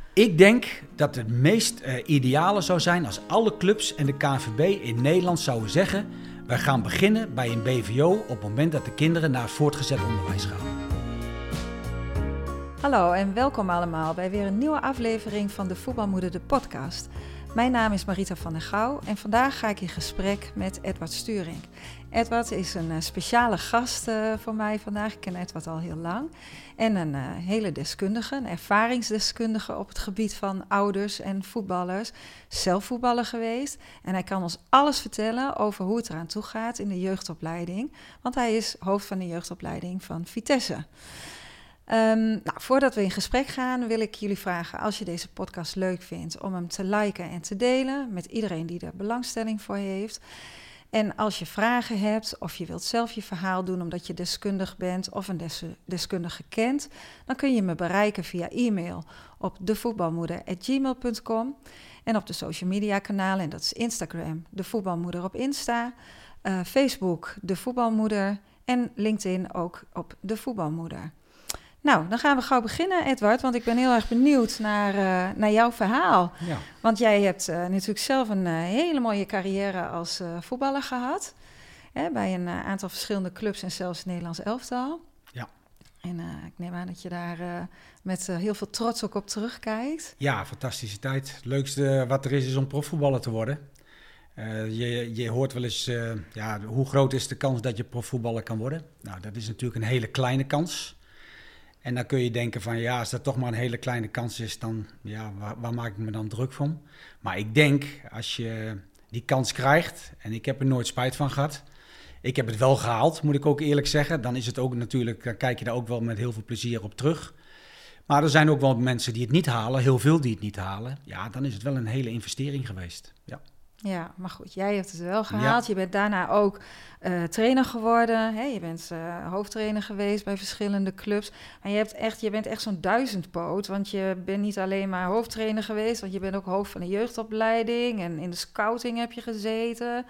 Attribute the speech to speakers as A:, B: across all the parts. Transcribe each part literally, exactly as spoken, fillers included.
A: Ik denk dat het meest uh, ideale zou zijn als alle clubs en de K N V B in Nederland zouden zeggen: wij gaan beginnen bij een B V O op het moment dat de kinderen naar voortgezet onderwijs gaan.
B: Hallo en welkom allemaal bij weer een nieuwe aflevering van de Voetbalmoeder, de podcast. Mijn naam is Marita van der Gouw en vandaag ga ik in gesprek met Edward Sturing. Edward is een uh, speciale gast uh, voor mij vandaag. Ik ken Edward al heel lang. En een uh, hele deskundige, een ervaringsdeskundige op het gebied van ouders en voetballers. Zelf voetballer geweest. En hij kan ons alles vertellen over hoe het eraan toe gaat in de jeugdopleiding. Want hij is hoofd van de jeugdopleiding van Vitesse. Um, nou, voordat we in gesprek gaan wil ik jullie vragen, als je deze podcast leuk vindt, om hem te liken en te delen met iedereen die er belangstelling voor heeft. En als je vragen hebt of je wilt zelf je verhaal doen omdat je deskundig bent of een des- deskundige kent, dan kun je me bereiken via e-mail op devoetbalmoeder at gmail dot com en op de social media kanalen, en dat is Instagram, de Voetbalmoeder op Insta, uh, Facebook, de Voetbalmoeder en LinkedIn ook op de Voetbalmoeder. Nou, dan gaan we gauw beginnen, Edward, want ik ben heel erg benieuwd naar, uh, naar jouw verhaal. Ja. Want jij hebt uh, natuurlijk zelf een uh, hele mooie carrière als uh, voetballer gehad. Hè, bij een uh, aantal verschillende clubs en zelfs het Nederlands elftal.
A: Ja.
B: En uh, ik neem aan dat je daar uh, met uh, heel veel trots ook op terugkijkt.
A: Ja, fantastische tijd. Het leukste wat er is, is om profvoetballer te worden. Uh, je, je hoort wel eens, uh, ja, hoe groot is de kans dat je profvoetballer kan worden? Nou, dat is natuurlijk een hele kleine kans. En dan kun je denken van ja, als dat toch maar een hele kleine kans is, dan ja, waar, waar maak ik me dan druk van? Maar ik denk, als je die kans krijgt, en ik heb er nooit spijt van gehad. Ik heb het wel gehaald, moet ik ook eerlijk zeggen. Dan is het ook natuurlijk, dan kijk je daar ook wel met heel veel plezier op terug. Maar er zijn ook wel mensen die het niet halen, heel veel die het niet halen. Ja, dan is het wel een hele investering geweest. Ja.
B: Ja, maar goed, jij hebt het wel gehaald. Ja. Je bent daarna ook uh, trainer geworden. Hè? Je bent uh, hoofdtrainer geweest bij verschillende clubs. Maar je, hebt echt, je bent echt zo'n duizendpoot. Want je bent niet alleen maar hoofdtrainer geweest. Want je bent ook hoofd van de jeugdopleiding. En in de scouting heb je gezeten.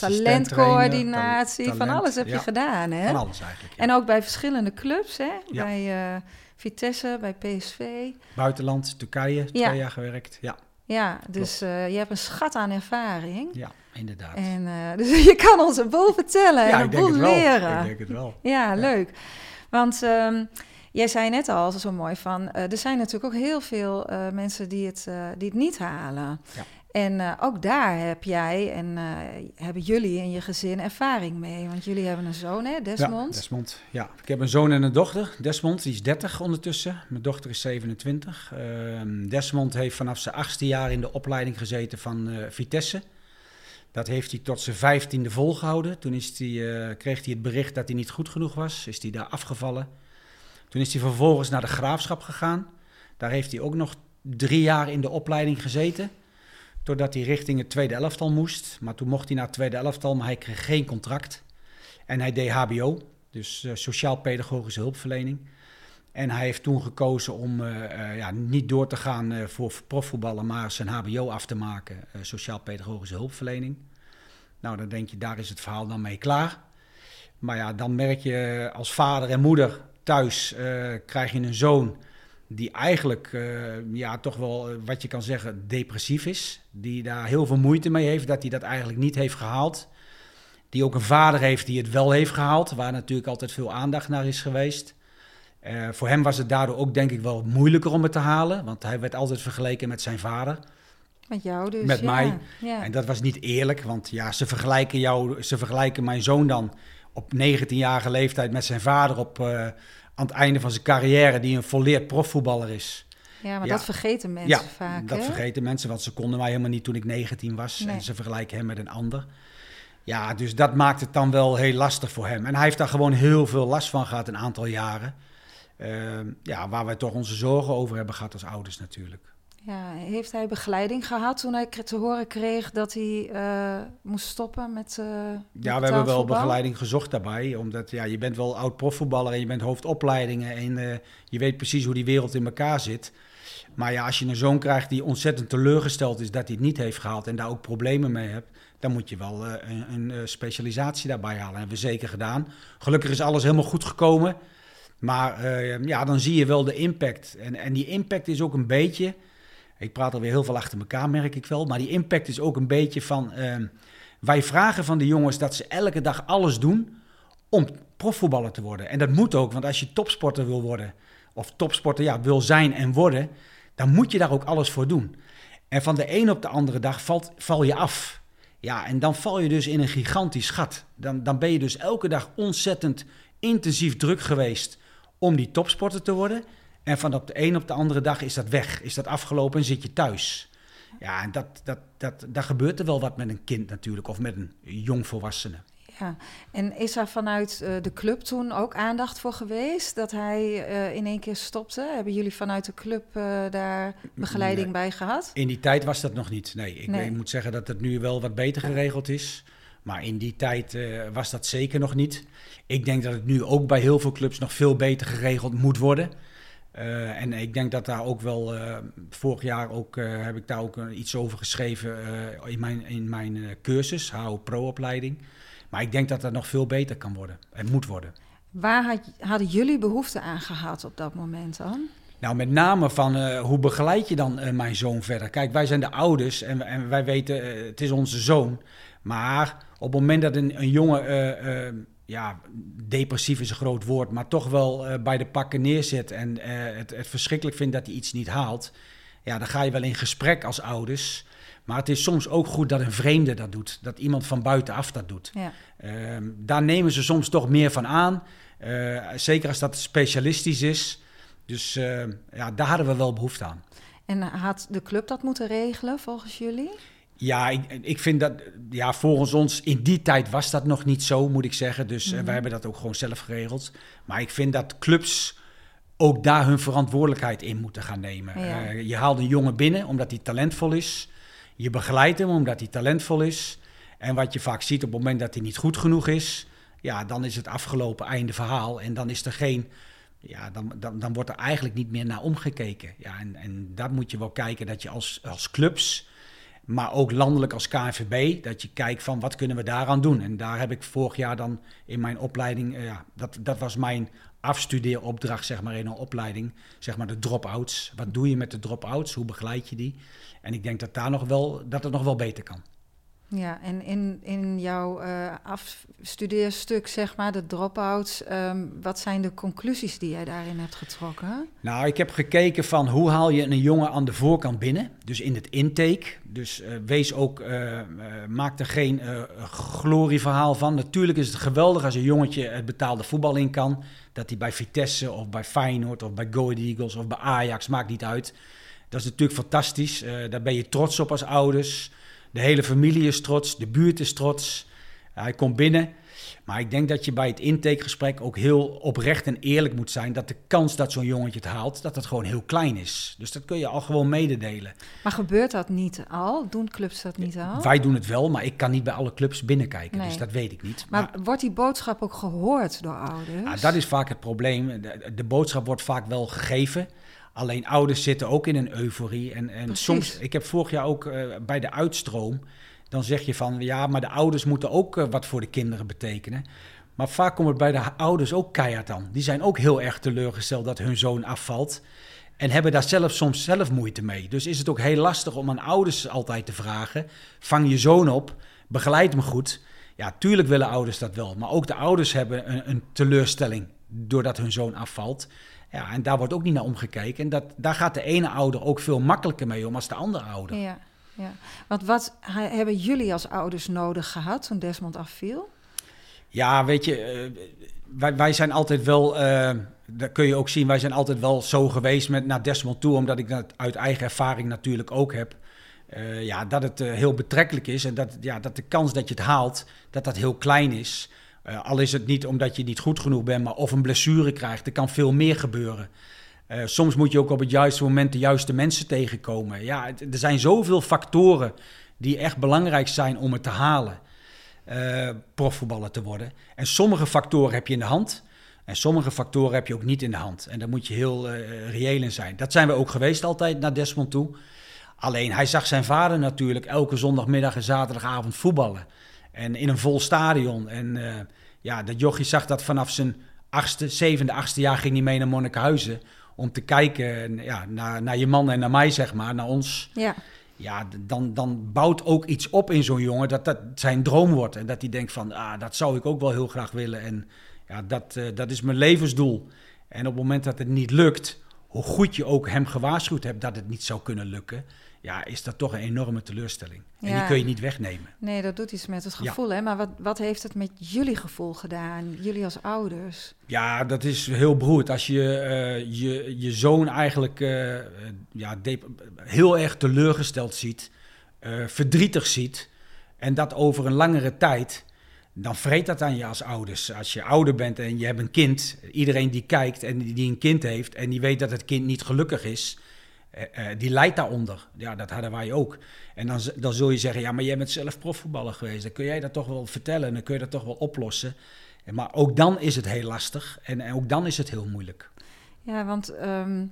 B: Talentcoördinatie. Talent, van alles heb ja. je gedaan. Hè?
A: Van alles eigenlijk. Ja.
B: En ook bij verschillende clubs. Hè?
A: Ja.
B: Bij uh, Vitesse, bij P S V.
A: Buitenland, Turkije,
B: ja.
A: twee jaar gewerkt. Ja.
B: Ja, dus uh, je hebt een schat aan ervaring.
A: Ja, inderdaad.
B: En, uh, dus je kan ons een boel vertellen
A: ja,
B: en een boel leren.
A: Ik denk het wel.
B: Ja, ja. leuk. Want um, jij zei net al zo mooi van, uh, er zijn natuurlijk ook heel veel uh, mensen die het, uh, die het niet halen. Ja. En uh, ook daar heb jij en uh, hebben jullie en je gezin ervaring mee. Want jullie hebben een zoon, hè, Desmond?
A: Ja, Desmond. Ja, ik heb een zoon en een dochter. Desmond, die is dertig ondertussen. Mijn dochter is zevenentwintig. Uh, Desmond heeft vanaf zijn achtste jaar in de opleiding gezeten van uh, Vitesse. Dat heeft hij tot zijn vijftiende volgehouden. Toen is hij, uh, kreeg hij het bericht dat hij niet goed genoeg was. Is hij daar afgevallen. Toen is hij vervolgens naar de Graafschap gegaan. Daar heeft hij ook nog drie jaar in de opleiding gezeten. Totdat hij richting het tweede elftal moest. Maar toen mocht hij naar het tweede elftal, maar hij kreeg geen contract. En hij deed H B O, dus uh, sociaal-pedagogische hulpverlening. En hij heeft toen gekozen om uh, uh, ja, niet door te gaan uh, voor profvoetballen, maar zijn H B O af te maken, uh, sociaal-pedagogische hulpverlening. Nou, dan denk je, daar is het verhaal dan mee klaar. Maar ja, dan merk je als vader en moeder thuis, uh, krijg je een zoon die eigenlijk, uh, ja, toch wel, uh, wat je kan zeggen, depressief is. Die daar heel veel moeite mee heeft, dat hij dat eigenlijk niet heeft gehaald. Die ook een vader heeft die het wel heeft gehaald, waar natuurlijk altijd veel aandacht naar is geweest. Uh, voor hem was het daardoor ook, denk ik, wel moeilijker om het te halen. Want hij werd altijd vergeleken met zijn vader.
B: Met jou dus,
A: Met
B: ja.
A: mij.
B: Ja.
A: En dat was niet eerlijk, want ja, ze vergelijken jou, ze vergelijken mijn zoon dan op negentienjarige leeftijd met zijn vader op... Uh, aan het einde van zijn carrière, die een volleerd profvoetballer is.
B: Ja, maar ja. dat vergeten mensen
A: ja,
B: vaak,
A: dat
B: hè?
A: vergeten mensen, want ze konden mij helemaal niet toen ik negentien was. Nee. En ze vergelijken hem met een ander. Ja, dus dat maakt het dan wel heel lastig voor hem. En hij heeft daar gewoon heel veel last van gehad een aantal jaren. Uh, ja, waar wij toch onze zorgen over hebben gehad als ouders natuurlijk.
B: Ja, heeft hij begeleiding gehad toen hij te horen kreeg dat hij uh, moest stoppen met uh,
A: Ja, we hebben wel begeleiding gezocht daarbij. Omdat ja, je bent wel oud profvoetballer en je bent hoofdopleidingen. En uh, je weet precies hoe die wereld in elkaar zit. Maar ja, als je een zoon krijgt die ontzettend teleurgesteld is dat hij het niet heeft gehaald en daar ook problemen mee hebt, dan moet je wel uh, een, een uh, specialisatie daarbij halen. Dat hebben we zeker gedaan. Gelukkig is alles helemaal goed gekomen. Maar uh, ja, dan zie je wel de impact. En, en die impact is ook een beetje... Ik praat alweer heel veel achter elkaar, merk ik wel. Maar die impact is ook een beetje van... Uh, wij vragen van de jongens dat ze elke dag alles doen om profvoetballer te worden. En dat moet ook, want als je topsporter wil worden... of topsporter ja, wil zijn en worden... dan moet je daar ook alles voor doen. En van de een op de andere dag valt, val je af. Ja, en dan val je dus in een gigantisch gat. Dan, dan ben je dus elke dag ontzettend intensief druk geweest... om die topsporter te worden... En van op de een op de andere dag is dat weg. Is dat afgelopen en zit je thuis. Ja, en dat, dat, dat, daar gebeurt er wel wat met een kind natuurlijk. Of met een jongvolwassene.
B: Ja, en is er vanuit uh, de club toen ook aandacht voor geweest? Dat hij uh, in één keer stopte? Hebben jullie vanuit de club uh, daar begeleiding nee. bij gehad?
A: In die tijd was dat nog niet. Nee, ik,
B: nee.
A: ik moet zeggen dat het nu wel wat beter geregeld is. Maar in die tijd uh, was dat zeker nog niet. Ik denk dat het nu ook bij heel veel clubs nog veel beter geregeld moet worden. Uh, en ik denk dat daar ook wel, uh, vorig jaar ook, uh, heb ik daar ook uh, iets over geschreven uh, in mijn, in mijn uh, cursus, H O Pro-opleiding. Maar ik denk dat dat nog veel beter kan worden en moet worden.
B: Waar had, hadden jullie behoefte aan gehad op dat moment dan?
A: Nou, met name van uh, hoe begeleid je dan uh, mijn zoon verder? Kijk, wij zijn de ouders en, en wij weten, uh, het is onze zoon. Maar op het moment dat een, een jongen... Uh, uh, ja, depressief is een groot woord, maar toch wel uh, bij de pakken neerzet en uh, het, het verschrikkelijk vindt dat hij iets niet haalt, ja, dan ga je wel in gesprek als ouders. Maar het is soms ook goed dat een vreemde dat doet, dat iemand van buitenaf dat doet. Ja. Uh, daar nemen ze soms toch meer van aan, uh, zeker als dat specialistisch is. Dus uh, ja, daar hadden we wel behoefte aan.
B: En had de club dat moeten regelen volgens jullie?
A: Ja, ik, ik vind dat, ja, volgens ons in die tijd was dat nog niet zo, moet ik zeggen. Dus mm-hmm. uh, wij hebben dat ook gewoon zelf geregeld. Maar ik vind dat clubs ook daar hun verantwoordelijkheid in moeten gaan nemen. Ja. Uh, je haalt een jongen binnen omdat hij talentvol is. Je begeleidt hem omdat hij talentvol is. En wat je vaak ziet op het moment dat hij niet goed genoeg is, ja, dan is het afgelopen, einde verhaal. En dan is er geen, ja, dan, dan, dan wordt er eigenlijk niet meer naar omgekeken. Ja, en, en daar moet je wel kijken dat je als, als clubs, maar ook landelijk als K N V B, dat je kijkt van wat kunnen we daaraan doen. En daar heb ik vorig jaar dan in mijn opleiding, uh, ja, dat, dat was mijn afstudeeropdracht, zeg maar, in een opleiding, zeg maar de drop-outs. Wat doe je met de drop-outs? Hoe begeleid je die? En ik denk dat, daar nog wel, dat het nog wel beter kan.
B: Ja, en in, in jouw uh, afstudeerstuk, zeg maar, de drop-outs, um, wat zijn de conclusies die jij daarin hebt getrokken?
A: Nou, ik heb gekeken van hoe haal je een jongen aan de voorkant binnen, dus in het intake. Dus uh, wees ook, uh, uh, maak er geen uh, glorieverhaal van. Natuurlijk is het geweldig als een jongetje het betaalde voetbal in kan, dat hij bij Vitesse of bij Feyenoord of bij Go Ahead Eagles of bij Ajax, maakt niet uit. Dat is natuurlijk fantastisch, uh, daar ben je trots op als ouders. De hele familie is trots, de buurt is trots. Hij komt binnen. Maar ik denk dat je bij het intakegesprek ook heel oprecht en eerlijk moet zijn, dat de kans dat zo'n jongetje het haalt, dat dat gewoon heel klein is. Dus dat kun je al gewoon mededelen.
B: Maar gebeurt dat niet al? Doen clubs dat niet al?
A: Wij doen het wel, maar ik kan niet bij alle clubs binnenkijken. Nee. Dus dat weet ik niet.
B: Maar, maar wordt die boodschap ook gehoord door ouders?
A: Ja, dat is vaak het probleem. De, de boodschap wordt vaak wel gegeven. Alleen ouders zitten ook in een euforie. En, en soms, ik heb vorig jaar ook uh, bij de uitstroom, dan zeg je van, ja, maar de ouders moeten ook uh, wat voor de kinderen betekenen. Maar vaak komt het bij de ouders ook keihard aan. Die zijn ook heel erg teleurgesteld dat hun zoon afvalt. En hebben daar zelf soms zelf moeite mee. Dus is het ook heel lastig om aan ouders altijd te vragen, vang je zoon op, begeleid hem goed. Ja, tuurlijk willen ouders dat wel. Maar ook de ouders hebben een, een teleurstelling doordat hun zoon afvalt. Ja, en daar wordt ook niet naar omgekeken. En dat, daar gaat de ene ouder ook veel makkelijker mee om als de andere ouder.
B: Ja, ja. Want wat hebben jullie als ouders nodig gehad toen Desmond afviel?
A: Ja, weet je, uh, wij, wij zijn altijd wel, uh, dat kun je ook zien, wij zijn altijd wel zo geweest met naar Desmond toe, omdat ik dat uit eigen ervaring natuurlijk ook heb. Uh, ja, dat het uh, heel betrekkelijk is en dat, ja, dat de kans dat je het haalt, dat dat heel klein is. Uh, al is het niet omdat je niet goed genoeg bent, maar of een blessure krijgt. Er kan veel meer gebeuren. Uh, soms moet je ook op het juiste moment de juiste mensen tegenkomen. Ja, het, er zijn zoveel factoren die echt belangrijk zijn om het te halen. Uh, profvoetballer te worden. En sommige factoren heb je in de hand. En sommige factoren heb je ook niet in de hand. En daar moet je heel uh, reëel in zijn. Dat zijn we ook geweest altijd naar Desmond toe. Alleen hij zag zijn vader natuurlijk elke zondagmiddag en zaterdagavond voetballen. En in een vol stadion. En uh, ja, dat jochie zag dat vanaf zijn achtste, zevende, achtste jaar ging hij mee naar Monnikenhuizen om te kijken ja, naar, naar je man en naar mij, zeg maar, naar ons.
B: Ja.
A: Ja, dan, dan bouwt ook iets op in zo'n jongen dat dat zijn droom wordt. En dat hij denkt van, ah, dat zou ik ook wel heel graag willen. En ja, dat, uh, dat is mijn levensdoel. En op het moment dat het niet lukt, hoe goed je ook hem gewaarschuwd hebt dat het niet zou kunnen lukken, ja, is dat toch een enorme teleurstelling. En
B: Ja.
A: die kun je niet wegnemen.
B: Nee, dat doet iets met het gevoel,
A: Ja.
B: hè? Maar wat, wat heeft het met jullie gevoel gedaan? Jullie als ouders?
A: Ja, dat is heel beroerd. Als je uh, je, je zoon eigenlijk uh, ja, de- heel erg teleurgesteld ziet, uh, verdrietig ziet, en dat over een langere tijd, dan vreet dat aan je als ouders. Als je ouder bent en je hebt een kind, iedereen die kijkt en die een kind heeft en die weet dat het kind niet gelukkig is, uh, uh, die lijdt daaronder. Ja, dat hadden wij ook. En dan, dan zul je zeggen, ja, maar jij bent zelf profvoetballer geweest. Dan kun jij dat toch wel vertellen en dan kun je dat toch wel oplossen. Maar ook dan is het heel lastig en, en ook dan is het heel moeilijk.
B: Ja, want um,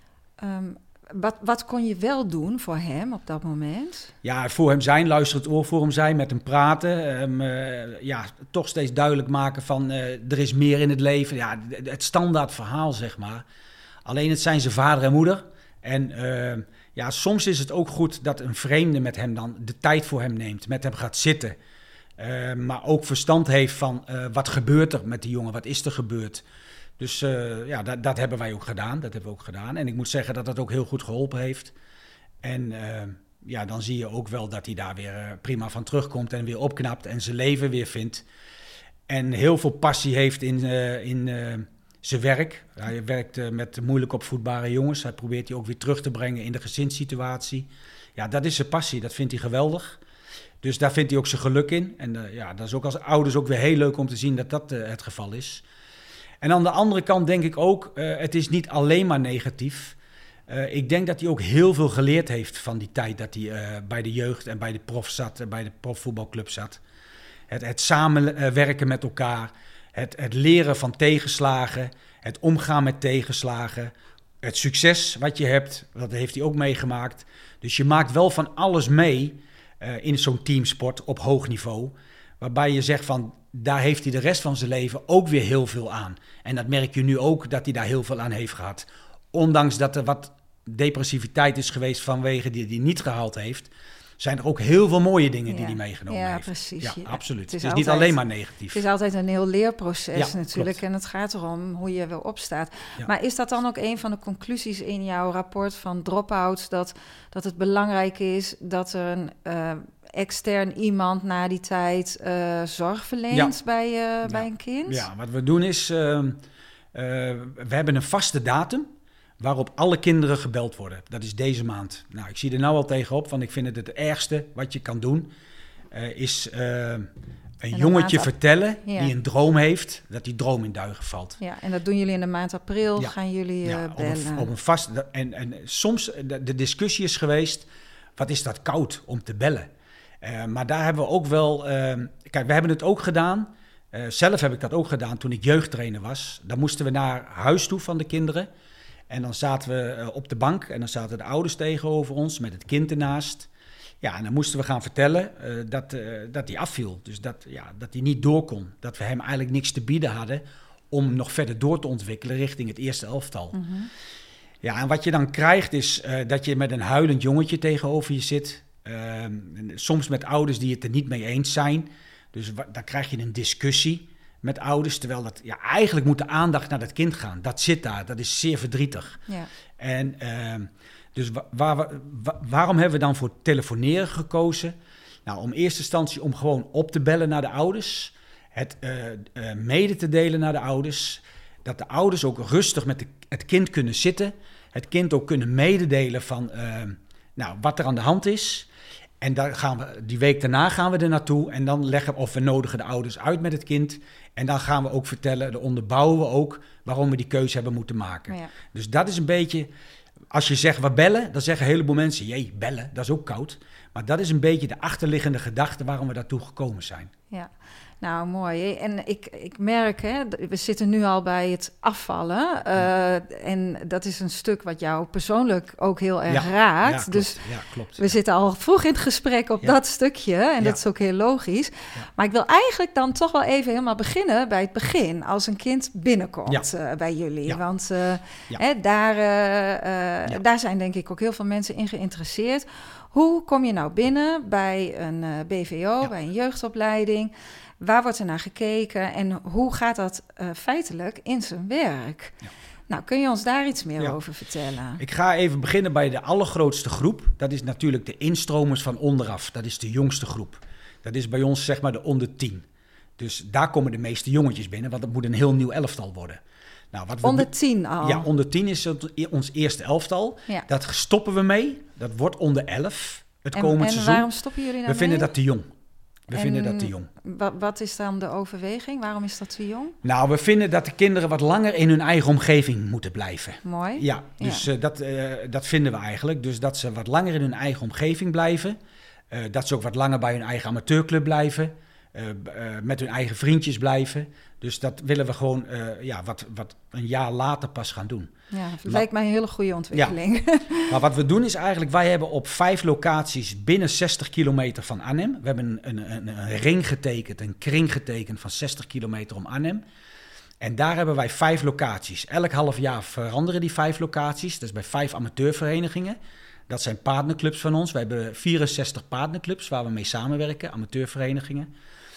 B: um, wat, wat kon je wel doen voor hem op dat moment?
A: Ja, voor hem zijn, luister het oor voor hem zijn, met hem praten. Um, uh, ja, toch steeds duidelijk maken van uh, er is meer in het leven. Ja, het standaard verhaal, zeg maar. Alleen het zijn zijn vader en moeder. En uh, ja, soms is het ook goed dat een vreemde met hem dan de tijd voor hem neemt, met hem gaat zitten. Uh, maar ook verstand heeft van uh, wat gebeurt er met die jongen, wat is er gebeurd. Dus uh, ja, dat, dat hebben wij ook gedaan, dat hebben we ook gedaan. En ik moet zeggen dat dat ook heel goed geholpen heeft. En uh, ja, dan zie je ook wel dat hij daar weer uh, prima van terugkomt en weer opknapt en zijn leven weer vindt. En heel veel passie heeft in, uh, in uh, zijn werk. Hij werkt uh, met moeilijk opvoedbare jongens. Hij probeert die ook weer terug te brengen in de gezinssituatie. Ja, dat is zijn passie, dat vindt hij geweldig. Dus daar vindt hij ook zijn geluk in. En uh, ja, dat is ook als ouders ook weer heel leuk om te zien dat dat uh, het geval is. En aan de andere kant denk ik ook, uh, het is niet alleen maar negatief. Uh, ik denk dat hij ook heel veel geleerd heeft van die tijd dat hij uh, bij de jeugd en bij de prof zat, uh, bij de profvoetbalclub zat. Het, het samenwerken met elkaar, het, het leren van tegenslagen, het omgaan met tegenslagen, het succes wat je hebt, dat heeft hij ook meegemaakt. Dus je maakt wel van alles mee uh, in zo'n teamsport op hoog niveau, waarbij je zegt van, daar heeft hij de rest van zijn leven ook weer heel veel aan. En dat merk je nu ook, dat hij daar heel veel aan heeft gehad. Ondanks dat er wat depressiviteit is geweest vanwege die hij niet gehaald heeft, zijn er ook heel veel mooie dingen die ja. hij meegenomen
B: ja,
A: heeft.
B: Precies,
A: ja,
B: ja,
A: absoluut. Het is,
B: het is
A: niet
B: altijd,
A: alleen maar negatief.
B: Het is altijd een heel leerproces
A: ja,
B: natuurlijk.
A: Klopt.
B: En het gaat erom hoe je weer opstaat.
A: Ja.
B: Maar is dat dan ook een van de conclusies in jouw rapport van Drop-Out, dat, dat het belangrijk is dat een uh, extern iemand na die tijd uh, zorg verleent ja. bij, uh, ja. bij een kind?
A: Ja, wat we doen is, uh, uh, we hebben een vaste datum waarop alle kinderen gebeld worden. Dat is deze maand. Nou, ik zie er nou al tegenop, want ik vind het het ergste wat je kan doen, uh, is uh, een, een jongetje vertellen ja. die een droom heeft, dat die droom in duigen valt.
B: Ja, en dat doen jullie in de maand april, ja. gaan jullie uh, ja, bellen.
A: Op een, op een vast, en, en soms, de, de discussie is geweest, wat is dat koud om te bellen? Uh, maar daar hebben we ook wel, uh, kijk, we hebben het ook gedaan. Uh, zelf heb ik dat ook gedaan toen ik jeugdtrainer was. Dan moesten we naar huis toe van de kinderen. En dan zaten we uh, op de bank en dan zaten de ouders tegenover ons met het kind ernaast. Ja, en dan moesten we gaan vertellen uh, dat, uh, dat hij afviel. Dus dat, ja, dat hij niet door kon. Dat we hem eigenlijk niks te bieden hadden om nog verder door te ontwikkelen richting het eerste elftal. Mm-hmm. Ja, en wat je dan krijgt is uh, dat je met een huilend jongetje tegenover je zit. Uh, soms met ouders die het er niet mee eens zijn. Dus wa- dan krijg je een discussie met ouders, terwijl dat ja, eigenlijk moet de aandacht naar dat kind gaan. Dat zit daar, dat is zeer verdrietig. Ja. En uh, dus wa- waar we, wa- waarom hebben we dan voor telefoneren gekozen? Nou, om eerste instantie om gewoon op te bellen naar de ouders, het uh, uh, mede te delen naar de ouders, dat de ouders ook rustig met de, het kind kunnen zitten, het kind ook kunnen mededelen van uh, nou, wat er aan de hand is. En dan gaan we, die week daarna gaan we er naartoe en dan leggen of we nodigen de ouders uit met het kind. En dan gaan we ook vertellen, dan onderbouwen we ook waarom we die keuze hebben moeten maken. Ja. Dus dat is een beetje, als je zegt we bellen, dan zeggen een heleboel mensen, jee, bellen, dat is ook koud. Maar dat is een beetje de achterliggende gedachte waarom we daartoe gekomen zijn.
B: Ja, Nou, mooi. En ik, ik merk, hè, we zitten nu al bij het afvallen. Uh, ja. En dat is een stuk wat jou persoonlijk ook heel erg ja. raakt.
A: Ja, klopt.
B: Dus
A: ja, klopt.
B: we ja. zitten al vroeg in het gesprek op ja. dat stukje. En ja. dat is ook heel logisch. Ja. Maar ik wil eigenlijk dan toch wel even helemaal beginnen bij het begin. Als een kind binnenkomt ja. uh, bij jullie. Ja. Want uh, ja. hè, daar, uh, uh, ja. daar zijn denk ik ook heel veel mensen in geïnteresseerd. Hoe kom je nou binnen bij een uh, B V O, ja. bij een jeugdopleiding? Waar wordt er naar gekeken en hoe gaat dat uh, feitelijk in zijn werk? Ja. Nou, kun je ons daar iets meer ja. over vertellen?
A: Ik ga even beginnen bij de allergrootste groep. Dat is natuurlijk de instromers van onderaf. Dat is de jongste groep. Dat is bij ons zeg maar de onder tien. Dus daar komen de meeste jongetjes binnen, want het moet een heel nieuw elftal worden. Nou, wat we
B: onder tien al?
A: Ja, onder tien is het ons eerste elftal. Ja. Dat stoppen we mee. Dat wordt onder elf het
B: en,
A: komend
B: en
A: seizoen.
B: Waarom stoppen jullie daar
A: We vinden
B: mee?
A: dat te jong. We
B: en
A: vinden dat te jong.
B: Wat, wat is dan de overweging? Waarom is dat te jong?
A: Nou, we vinden dat de kinderen wat langer in hun eigen omgeving moeten blijven.
B: Mooi.
A: Ja, dus ja. Uh, dat, uh, dat vinden we eigenlijk. Dus dat ze wat langer in hun eigen omgeving blijven. Uh, dat ze ook wat langer bij hun eigen amateurclub blijven. Uh, uh, met hun eigen vriendjes blijven. Dus dat willen we gewoon uh, ja, wat, wat een jaar later pas gaan doen.
B: Ja, dat lijkt mij een hele goede ontwikkeling.
A: Ja. Maar wat we doen is eigenlijk, wij hebben op vijf locaties binnen zestig kilometer van Arnhem. We hebben een, een, een, een ring getekend, een kring getekend van zestig kilometer om Arnhem. En daar hebben wij vijf locaties. Elk half jaar veranderen die vijf locaties. Dat is bij vijf amateurverenigingen. Dat zijn partnerclubs van ons. We hebben vierenzestig partnerclubs waar we mee samenwerken, amateurverenigingen.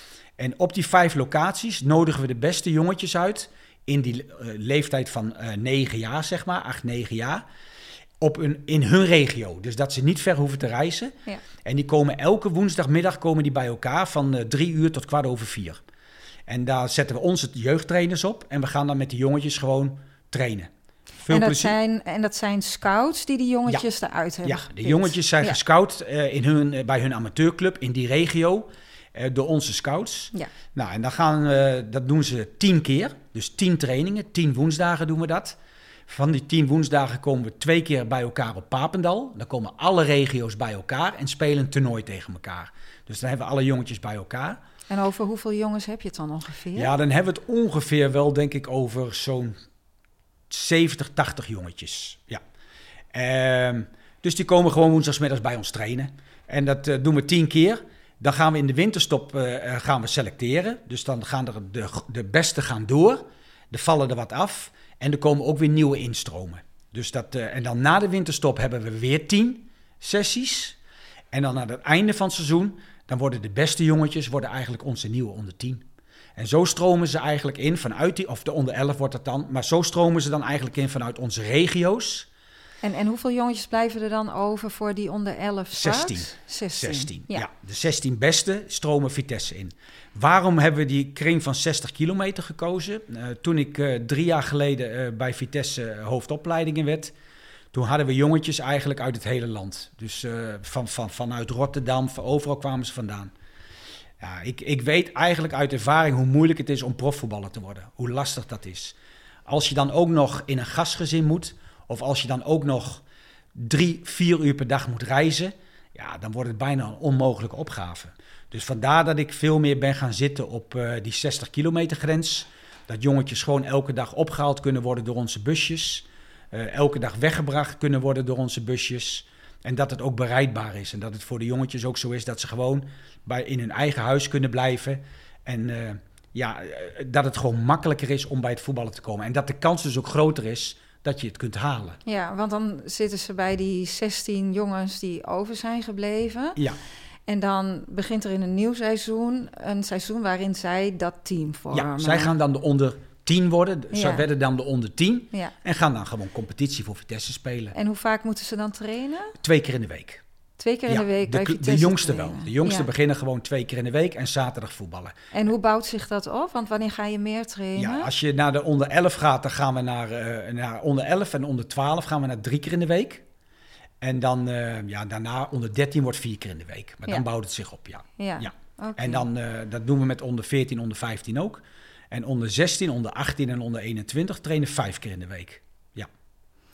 A: En op die vijf locaties nodigen we de beste jongetjes uit in die uh, leeftijd van uh, negen jaar, zeg maar, acht, negen jaar, op een, in hun regio. Dus dat ze niet ver hoeven te reizen. Ja. En die komen elke woensdagmiddag komen die bij elkaar van uh, drie uur tot kwart over vier. En daar zetten we onze jeugdtrainers op en we gaan dan met die jongetjes gewoon trainen. Veel
B: en, dat
A: plezier.
B: zijn, en dat zijn scouts die die jongetjes ja. eruit hebben
A: Ja, de jongetjes zijn ja. gescout uh, in hun, uh, bij hun amateurclub in die regio. Uh, door onze scouts. Ja. Nou, en dan gaan, uh, dat doen ze tien keer. Dus tien trainingen, tien woensdagen doen we dat. Van die tien woensdagen komen we twee keer bij elkaar op Papendal. Dan komen alle regio's bij elkaar en spelen een toernooi tegen elkaar. Dus dan hebben we alle jongetjes bij elkaar.
B: En over hoeveel jongens heb je het dan ongeveer?
A: Ja, dan hebben we het ongeveer wel, denk ik, over zo'n zeventig, tachtig jongetjes. Ja. Uh, dus die komen gewoon woensdagsmiddags bij ons trainen. En dat uh, doen we tien keer. Dan gaan we in de winterstop uh, gaan we selecteren. Dus dan gaan er de, de beste gaan door. Er vallen er wat af. En er komen ook weer nieuwe instromen. Dus dat, uh, en dan na de winterstop hebben we weer tien sessies. En dan aan het einde van het seizoen, dan worden de beste jongetjes worden eigenlijk onze nieuwe onder tien. En zo stromen ze eigenlijk in vanuit die, of de onder elf wordt het dan. Maar zo stromen ze dan eigenlijk in vanuit onze regio's.
B: En, en hoeveel jongetjes blijven er dan over voor die onder elf start?
A: zestien.
B: zestien.
A: zestien. Ja. ja, de zestien beste stromen Vitesse in. Waarom hebben we die kring van zestig kilometer gekozen? Uh, toen ik uh, drie jaar geleden uh, bij Vitesse uh, hoofdopleidingen werd, toen hadden we jongetjes eigenlijk uit het hele land. Dus uh, van, van, vanuit Rotterdam, van overal kwamen ze vandaan. Ja, ik, ik weet eigenlijk uit ervaring hoe moeilijk het is om profvoetballer te worden. Hoe lastig dat is. Als je dan ook nog in een gastgezin moet, of als je dan ook nog drie, vier uur per dag moet reizen, ja, dan wordt het bijna een onmogelijke opgave. Dus vandaar dat ik veel meer ben gaan zitten op uh, die zestig kilometer grens. Dat jongetjes gewoon elke dag opgehaald kunnen worden door onze busjes. Uh, elke dag weggebracht kunnen worden door onze busjes. En dat het ook bereidbaar is. En dat het voor de jongetjes ook zo is dat ze gewoon bij, in hun eigen huis kunnen blijven. En uh, ja, dat het gewoon makkelijker is om bij het voetballen te komen. En dat de kans dus ook groter is dat je het kunt halen.
B: Ja, want dan zitten ze bij die zestien jongens die over zijn gebleven.
A: Ja.
B: En dan begint er in een nieuw seizoen, een seizoen waarin zij dat team vormen.
A: Ja, zij gaan dan de onder tien worden. Ja. Zij werden dan de onder tien.
B: Ja.
A: En gaan dan gewoon competitie voor Vitesse spelen.
B: En hoe vaak moeten ze dan trainen?
A: Twee keer in de week.
B: Twee keer in
A: ja,
B: de week bij
A: de,
B: Vitesse
A: de jongste
B: trainen.
A: wel. De jongste
B: ja.
A: beginnen gewoon twee keer in de week en zaterdag voetballen.
B: En hoe bouwt zich dat op? Want wanneer ga je meer trainen?
A: Ja, als je naar de onder elf gaat, dan gaan we naar, uh, naar onder elf en onder twaalf gaan we naar drie keer in de week. En dan, uh, ja, daarna onder dertien wordt vier keer in de week. Maar ja. dan bouwt het zich op, ja.
B: Ja,
A: ja.
B: Okay.
A: En dan, uh, dat doen we met onder veertien, onder vijftien ook. En onder zestien, onder achttien en onder eenentwintig trainen vijf keer in de week. Ja.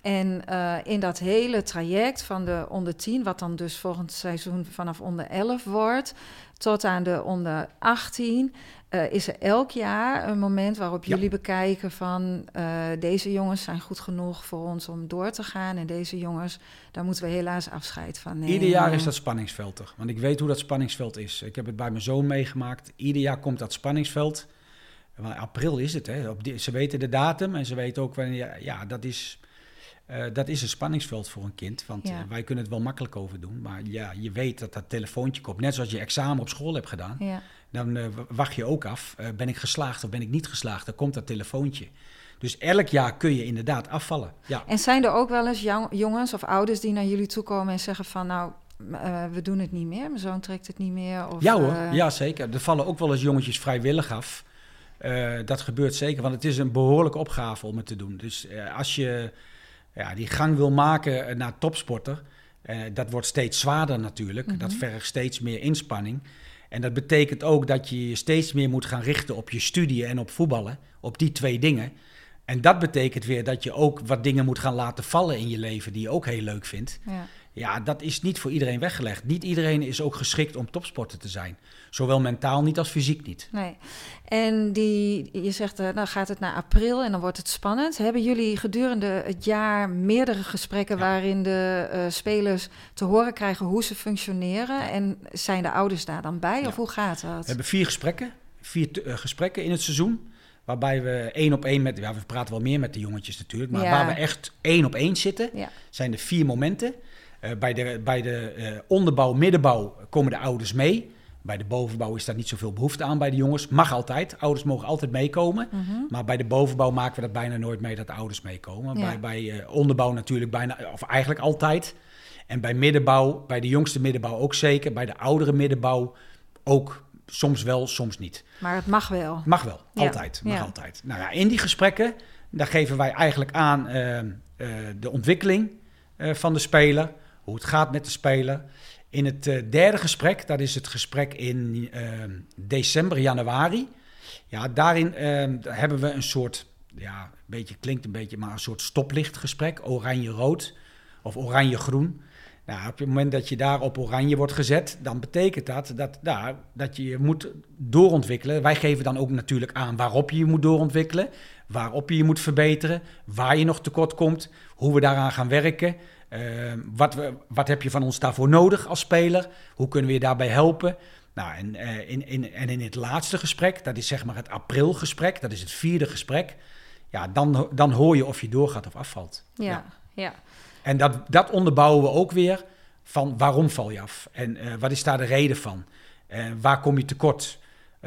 B: En uh, in dat hele traject van de onder tien, wat dan dus volgend seizoen vanaf onder elf wordt, tot aan de onder achttien, uh, is er elk jaar een moment waarop jullie ja. bekijken van uh, deze jongens zijn goed genoeg voor ons om door te gaan en deze jongens, daar moeten we helaas afscheid van nemen.
A: Ieder jaar is dat spanningsveld er, want ik weet hoe dat spanningsveld is. Ik heb het bij mijn zoon meegemaakt. Ieder jaar komt dat spanningsveld. Maar april is het, hè. Op die, ze weten de datum en ze weten ook wanneer, ja, dat is... Uh, dat is een spanningsveld voor een kind, want ja. uh, wij kunnen het wel makkelijk over doen. Maar ja, je weet dat dat telefoontje komt. Net zoals je examen op school hebt gedaan. Ja. Dan uh, wacht je ook af, uh, ben ik geslaagd of ben ik niet geslaagd? Dan komt dat telefoontje. Dus elk jaar kun je inderdaad afvallen. Ja.
B: En zijn er ook wel eens jong, jongens of ouders die naar jullie toe komen en zeggen van... nou, uh, we doen het niet meer, mijn zoon trekt het niet meer? Of,
A: ja hoor,
B: uh...
A: ja zeker. Er vallen ook wel eens jongetjes vrijwillig af. Uh, dat gebeurt zeker, want het is een behoorlijke opgave om het te doen. Dus uh, als je... Ja, die gang wil maken naar topsporter, uh, dat wordt steeds zwaarder natuurlijk. Mm-hmm. Dat vergt steeds meer inspanning. En dat betekent ook dat je je steeds meer moet gaan richten op je studie en op voetballen. Op die twee dingen. En dat betekent weer dat je ook wat dingen moet gaan laten vallen in je leven die je ook heel leuk vindt. Ja. Ja, dat is niet voor iedereen weggelegd. Niet iedereen is ook geschikt om topsporter te zijn. Zowel mentaal niet als fysiek niet.
B: Nee. En die, je zegt, uh, dan gaat het naar april en dan wordt het spannend. Hebben jullie gedurende het jaar meerdere gesprekken... Ja. waarin de uh, spelers te horen krijgen hoe ze functioneren? Ja. En zijn de ouders daar dan bij? Ja. Of hoe gaat dat?
A: We hebben vier gesprekken. Vier t- uh, gesprekken in het seizoen. Waarbij we één op één met... Ja, we praten wel meer met de jongetjes natuurlijk. Maar ja. waar we echt één op één zitten, ja. zijn er vier momenten... Uh, bij de, bij de uh, onderbouw, middenbouw komen de ouders mee. Bij de bovenbouw is daar niet zoveel behoefte aan bij de jongens. Mag altijd. Ouders mogen altijd meekomen. Mm-hmm. Maar bij de bovenbouw maken we dat bijna nooit mee dat de ouders meekomen. Ja. Bij, bij uh, onderbouw natuurlijk bijna, of eigenlijk altijd. En bij middenbouw, bij de jongste middenbouw ook zeker. Bij de oudere middenbouw ook soms wel, soms niet.
B: Maar het mag wel.
A: Mag wel, altijd. Ja. Mag ja. altijd. Nou ja, in die gesprekken, daar geven wij eigenlijk aan uh, uh, de ontwikkeling uh, van de speler. Hoe het gaat met de speler. In het uh, derde gesprek, dat is het gesprek in uh, december, januari. Ja, daarin uh, hebben we een soort, ja, een beetje, klinkt een beetje, maar een soort stoplichtgesprek. Oranje-rood of oranje-groen. Nou, op het moment dat je daar op oranje wordt gezet, dan betekent dat dat, nou, dat je je moet doorontwikkelen. Wij geven dan ook natuurlijk aan waarop je je moet doorontwikkelen. Waarop je je moet verbeteren. Waar je nog tekort komt. Hoe we daaraan gaan werken. Uh, wat, we, wat heb je van ons daarvoor nodig als speler? Hoe kunnen we je daarbij helpen? Nou, en, uh, in, in, en in het laatste gesprek, dat is zeg maar het aprilgesprek, dat is het vierde gesprek. Ja, dan, dan hoor je of je doorgaat of afvalt.
B: Ja, ja. ja.
A: En dat, dat onderbouwen we ook weer van waarom val je af? En uh, wat is daar de reden van? Uh, waar kom je tekort? Uh,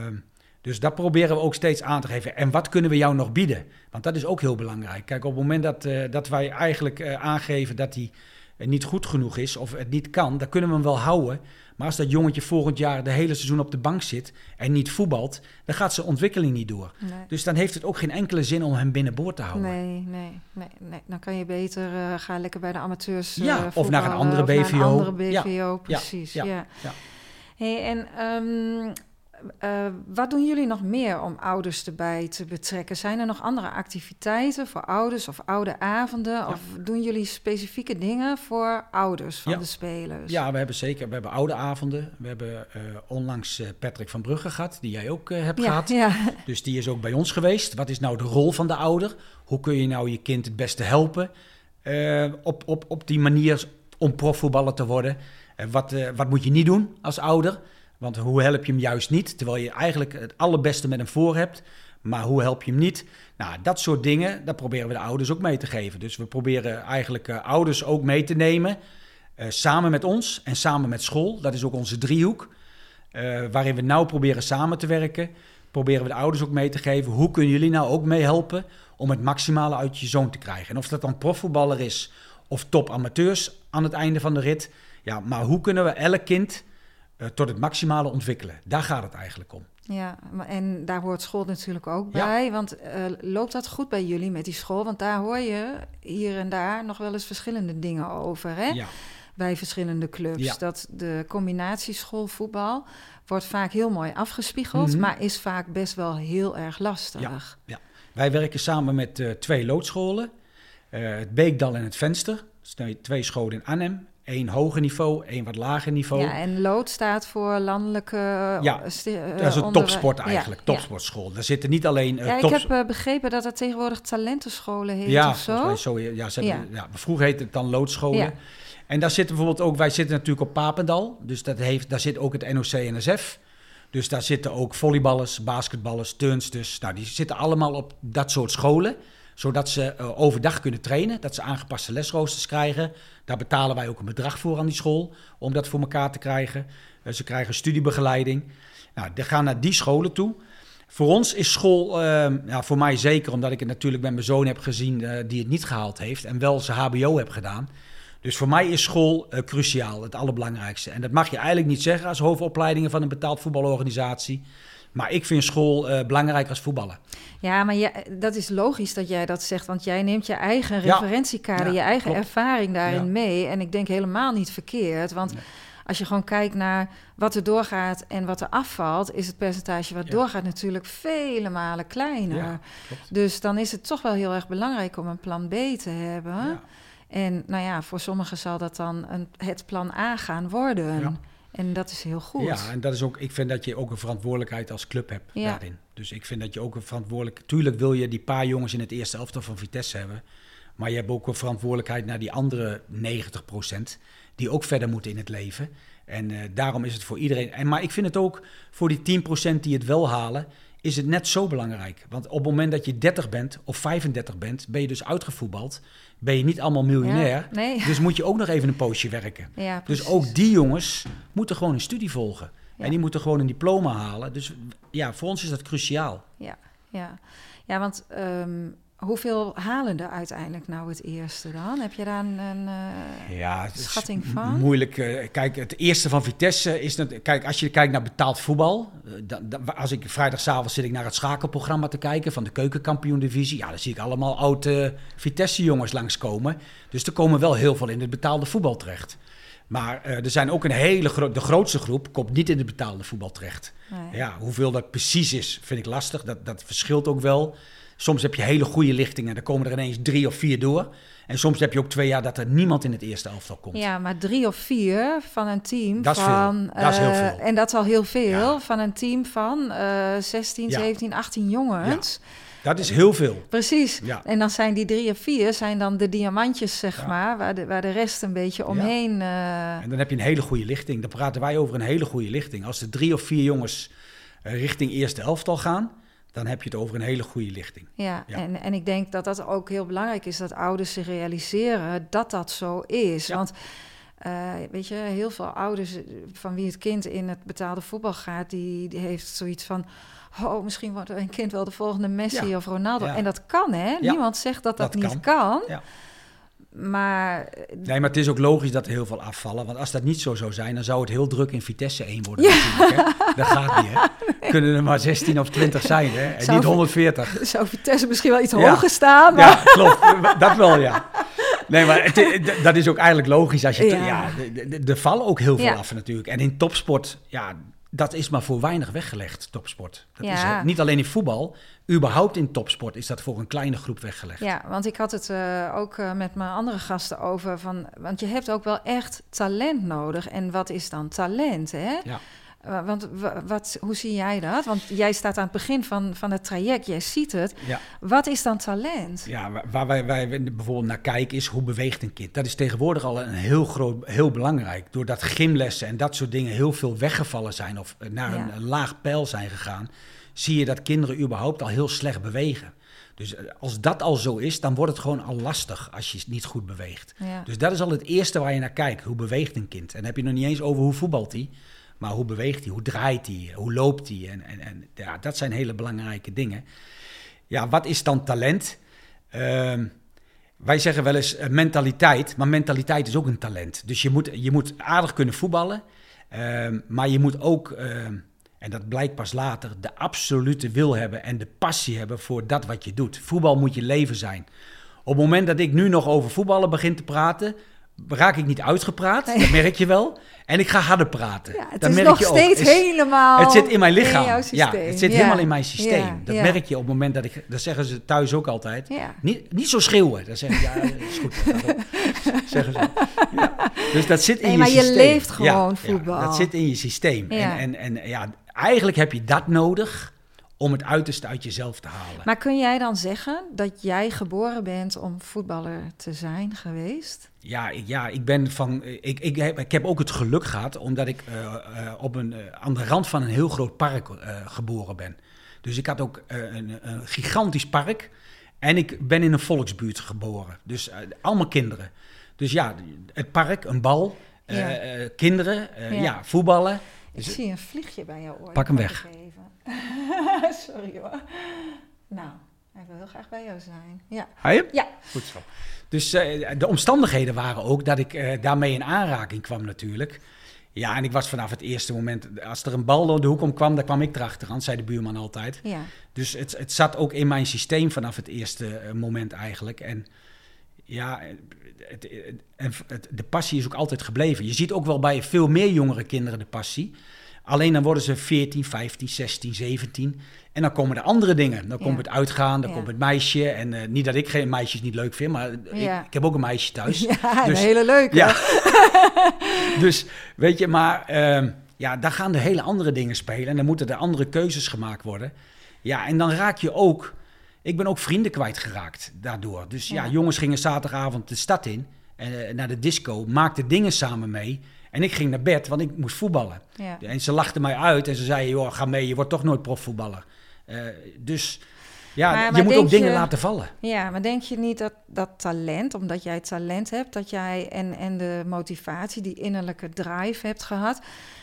A: Dus dat proberen we ook steeds aan te geven. En wat kunnen we jou nog bieden? Want dat is ook heel belangrijk. Kijk, op het moment dat, uh, dat wij eigenlijk uh, aangeven dat hij uh, niet goed genoeg is of het niet kan, dan kunnen we hem wel houden. Maar als dat jongetje volgend jaar de hele seizoen op de bank zit en niet voetbalt, dan gaat zijn ontwikkeling niet door. Nee. Dus dan heeft het ook geen enkele zin om hem binnenboord te houden.
B: Nee, nee, nee. nee. Dan kan je beter uh, gaan lekker bij de amateurs uh,
A: ja, of naar een andere B V O.
B: Naar een andere B V O,
A: ja,
B: precies.
A: Ja, ja,
B: ja.
A: ja.
B: Hey, en um, uh, wat doen jullie nog meer om ouders erbij te betrekken? Zijn er nog andere activiteiten voor ouders of oude avonden? Ja. Of doen jullie specifieke dingen voor ouders van ja. de spelers?
A: Ja, we hebben zeker. We hebben oude avonden. We hebben uh, onlangs uh, Patrick van Brugge gehad, die jij ook uh, hebt ja, gehad. Ja. Dus die is ook bij ons geweest. Wat is nou de rol van de ouder? Hoe kun je nou je kind het beste helpen uh, op, op, op die manier om profvoetballer te worden? Uh, wat, uh, wat moet je niet doen als ouder? Want hoe help je hem juist niet? Terwijl je eigenlijk het allerbeste met hem voor hebt. Maar hoe help je hem niet? Nou, dat soort dingen, dat proberen we de ouders ook mee te geven. Dus we proberen eigenlijk uh, ouders ook mee te nemen. Uh, samen met ons en samen met school. Dat is ook onze driehoek. Uh, waarin we nou proberen samen te werken. Proberen we de ouders ook mee te geven. Hoe kunnen jullie nou ook meehelpen om het maximale uit je zoon te krijgen? En of dat dan profvoetballer is of top amateurs aan het einde van de rit. Ja, maar hoe kunnen we elk kind uh, tot het maximale ontwikkelen? Daar gaat het eigenlijk om.
B: Ja, en daar hoort school natuurlijk ook bij. Ja. Want uh, loopt dat goed bij jullie met die school? Want daar hoor je hier en daar nog wel eens verschillende dingen over, hè? Ja. Bij verschillende clubs. Ja. Dat de combinatieschool voetbal wordt vaak heel mooi afgespiegeld, mm-hmm. maar is vaak best wel heel erg lastig.
A: Ja, ja. Wij werken samen met uh, twee loodscholen. Uh, het Beekdal en het Venster. Dus twee scholen in Arnhem. Eén hoger niveau, één wat lager niveau.
B: Ja, en LOOD staat voor landelijke...
A: Ja, sti- uh, dat is een topsport eigenlijk, ja, topsportschool. Ja. Daar zitten niet alleen... Uh,
B: ja,
A: tops-
B: ik heb uh, begrepen dat het tegenwoordig talentenscholen heet
A: ja,
B: of zo.
A: zo. Ja, ze hebben, ja. Ja, vroeger heette het dan LOOD-scholen. Ja. En daar zitten bijvoorbeeld ook... Wij zitten natuurlijk op Papendal. Dus dat heeft, daar zit ook het N O C N S F. Dus daar zitten ook volleyballers, basketballers, turnsters. Nou, die zitten allemaal op dat soort scholen. Zodat ze uh, overdag kunnen trainen. Dat ze aangepaste lesroosters krijgen. Daar betalen wij ook een bedrag voor aan die school. Om dat voor elkaar te krijgen. Uh, ze krijgen studiebegeleiding. Nou, die gaan naar die scholen toe. Voor ons is school, uh, ja, voor mij zeker, omdat ik het natuurlijk met mijn zoon heb gezien uh, die het niet gehaald heeft. En wel zijn H B O heb gedaan. Dus voor mij is school uh, cruciaal, het allerbelangrijkste. En dat mag je eigenlijk niet zeggen als hoofdopleidingen van een betaald voetbalorganisatie. Maar ik vind school uh, belangrijk als voetballen.
B: Ja, maar ja, dat is logisch dat jij dat zegt. Want jij neemt je eigen ja. referentiekader, ja, je eigen klopt. ervaring daarin ja. mee. En ik denk helemaal niet verkeerd. Want nee. als je gewoon kijkt naar wat er doorgaat en wat er afvalt... is het percentage wat ja. doorgaat natuurlijk vele malen kleiner. Ja, dus dan is het toch wel heel erg belangrijk om een plan B te hebben. Ja. En nou ja, voor sommigen zal dat dan een, het plan A gaan worden... Ja. En dat is heel goed.
A: Ja, en dat is ook, ik vind dat je ook een verantwoordelijkheid als club hebt ja. daarin. Dus ik vind dat je ook een verantwoordelijk... Tuurlijk wil je die paar jongens in het eerste elftal van Vitesse hebben. Maar je hebt ook een verantwoordelijkheid naar die andere negentig procent... die ook verder moeten in het leven. En uh, daarom is het voor iedereen... En, maar ik vind het ook voor die tien procent die het wel halen... is het net zo belangrijk. Want op het moment dat je dertig bent of vijfendertig bent... ben je dus uitgevoetbald... ben je niet allemaal miljonair. Ja, nee. Dus moet je ook nog even een poosje werken. Ja, dus ook die jongens moeten gewoon een studie volgen. Ja. En die moeten gewoon een diploma halen. Dus ja, voor ons is dat cruciaal.
B: Ja, ja. ja want um, hoeveel halen er uiteindelijk nou het eerste dan? Heb je daar een, een uh, ja, schatting van?
A: Moeilijk. Uh, kijk, het eerste van Vitesse is... Dat, kijk, als je kijkt naar betaald voetbal... Uh, da, da, als ik vrijdagavond zit ik naar het schakelprogramma te kijken... van de keukenkampioen-divisie. Ja, dan zie ik allemaal oude Vitesse-jongens langskomen. Dus er komen wel heel veel in het betaalde voetbal terecht. Maar uh, er zijn ook een hele gro- de grootste groep komt niet in het betaalde voetbal terecht. Nee. Ja, hoeveel dat precies is, vind ik lastig. Dat, dat verschilt ook wel. Soms heb je hele goede lichtingen en dan komen er ineens drie of vier door. En soms heb je ook twee jaar dat er niemand in het eerste elftal komt.
B: Ja, maar drie of vier van een team
A: dat is
B: van...
A: Veel. Dat is heel veel.
B: Uh, en dat is al heel veel. Ja. Van een team van uh, zestien, ja. zeventien, achttien jongens...
A: Ja. Dat is heel veel.
B: Precies. Ja. En dan zijn die drie of vier zijn dan de diamantjes, zeg ja. maar, waar de, waar de rest een beetje omheen... Ja. Uh...
A: En dan heb je een hele goede lichting. Dan praten wij over een hele goede lichting. Als er drie of vier jongens uh, richting eerste elftal gaan, dan heb je het over een hele goede lichting.
B: Ja, ja. En, en ik denk dat dat ook heel belangrijk is, dat ouders zich realiseren dat dat zo is. Ja. Want... Uh, weet je, heel veel ouders van wie het kind in het betaalde voetbal gaat, die, die heeft zoiets van, oh, misschien wordt een kind wel de volgende Messi ja. of Ronaldo. Ja. En dat kan, hè? Ja. Niemand zegt dat dat, dat niet kan. kan. Ja. Maar...
A: Nee, maar het is ook logisch dat er heel veel afvallen. Want als dat niet zo zou zijn, dan zou het heel druk in Vitesse één worden. Ja. Natuurlijk, hè? Dat gaat niet, hè? Nee. Kunnen er maar zestien of twintig zijn, hè? En zou niet honderdveertig.
B: Zou Vitesse misschien wel iets ja. hoger staan? Maar...
A: Ja, klopt. Dat wel, ja. Nee, maar het, dat is ook eigenlijk logisch. Als je ja. Ja, er vallen ook heel veel ja. af natuurlijk. En in topsport, ja, dat is maar voor weinig weggelegd, topsport. Dat ja. is, niet alleen in voetbal, überhaupt in topsport is dat voor een kleine groep weggelegd.
B: Ja, want ik had het uh, ook uh, met mijn andere gasten over. Van, want je hebt ook wel echt talent nodig. En wat is dan talent, hè? Ja. Uh, want w- wat, hoe zie jij dat? Want jij staat aan het begin van, van het traject, jij ziet het. Ja. Wat is dan talent?
A: Ja, waar wij, wij bijvoorbeeld naar kijken is hoe beweegt een kind. Dat is tegenwoordig al een heel groot, heel belangrijk. Doordat gymlessen en dat soort dingen heel veel weggevallen zijn of naar ja. een, een laag peil zijn gegaan, zie je dat kinderen überhaupt al heel slecht bewegen. Dus als dat al zo is, dan wordt het gewoon al lastig als je niet goed beweegt. Ja. Dus dat is al het eerste waar je naar kijkt. Hoe beweegt een kind? En dan heb je nog niet eens over hoe voetbalt hij. Maar hoe beweegt hij, hoe draait hij, hoe loopt hij? En, en, en ja, dat zijn hele belangrijke dingen. Ja, wat is dan talent? Uh, wij zeggen wel eens uh, mentaliteit, maar mentaliteit is ook een talent. Dus je moet, je moet aardig kunnen voetballen, uh, maar je moet ook, uh, en dat blijkt pas later, de absolute wil hebben en de passie hebben voor dat wat je doet. Voetbal moet je leven zijn. Op het moment dat ik nu nog over voetballen begin te praten, raak ik niet uitgepraat, nee. Dat merk je wel. En ik ga harder praten.
B: Ja, het
A: dat
B: is
A: merk
B: nog
A: je
B: steeds
A: ook. Het is,
B: helemaal
A: Het zit in mijn lichaam.
B: in
A: ja, het zit
B: ja.
A: helemaal in mijn systeem.
B: Ja.
A: Dat
B: ja.
A: merk je op het moment dat ik... Dat zeggen ze thuis ook altijd.
B: Ja.
A: Niet, niet zo schreeuwen. Dan zeg ik, ja, dat is goed. Dat zeggen ze. Ja. Dus dat zit in
B: nee,
A: je
B: maar
A: systeem.
B: je leeft gewoon
A: ja,
B: voetbal.
A: Ja, dat zit in je systeem.
B: Ja.
A: En, en, en ja, eigenlijk heb je dat nodig om het uiterste uit jezelf te halen.
B: Maar kun jij dan zeggen dat jij geboren bent om voetballer te zijn geweest?
A: Ja, ik, ja, ik ben van. Ik, ik, heb, ik heb ook het geluk gehad, omdat ik uh, uh, op een, uh, aan de rand van een heel groot park uh, geboren ben. Dus ik had ook uh, een, een gigantisch park. En ik ben in een volksbuurt geboren. Dus uh, allemaal kinderen. Dus ja, het park, een bal, uh, ja. uh, kinderen, uh, ja. ja, voetballen.
B: Ik
A: dus,
B: zie een vliegje bij jou oor.
A: Pak hem weg.
B: Sorry hoor. Nou, hij wil heel graag bij jou zijn. Ja.
A: Ga je?
B: Ja.
A: Goed zo. Dus uh, de omstandigheden waren ook dat ik uh, daarmee in aanraking kwam natuurlijk. Ja, en ik was vanaf het eerste moment... Als er een bal door de hoek om kwam, dan kwam ik erachteraan, zei de buurman altijd.
B: Ja.
A: Dus het, het zat ook in mijn systeem vanaf het eerste uh, moment eigenlijk. En ja, het, het, het, de passie is ook altijd gebleven. Je ziet ook wel bij veel meer jongere kinderen de passie. Alleen dan worden ze veertien, vijftien, zestien, zeventien... En dan komen er andere dingen. Dan ja. komt het uitgaan, dan ja. komt het meisje. En uh, niet dat ik geen meisjes niet leuk vind, maar ja. ik, ik heb ook een meisje thuis.
B: Ja,
A: dus,
B: een hele leuke.
A: Ja. Dus, weet je, maar uh, ja, daar gaan de hele andere dingen spelen. En dan moeten er andere keuzes gemaakt worden. Ja, en dan raak je ook... Ik ben ook vrienden kwijtgeraakt daardoor. Dus ja, ja jongens gingen zaterdagavond de stad in, uh, naar de disco, maakten dingen samen mee... En ik ging naar bed, want ik moest voetballen. Ja. En ze lachten mij uit en ze zeiden, joh, ga mee, je wordt toch nooit profvoetballer. Uh, dus ja, maar, maar je moet ook dingen je, laten vallen.
B: Ja, maar denk je niet dat dat talent, omdat jij talent hebt, dat jij en, en de motivatie, die innerlijke drive hebt gehad,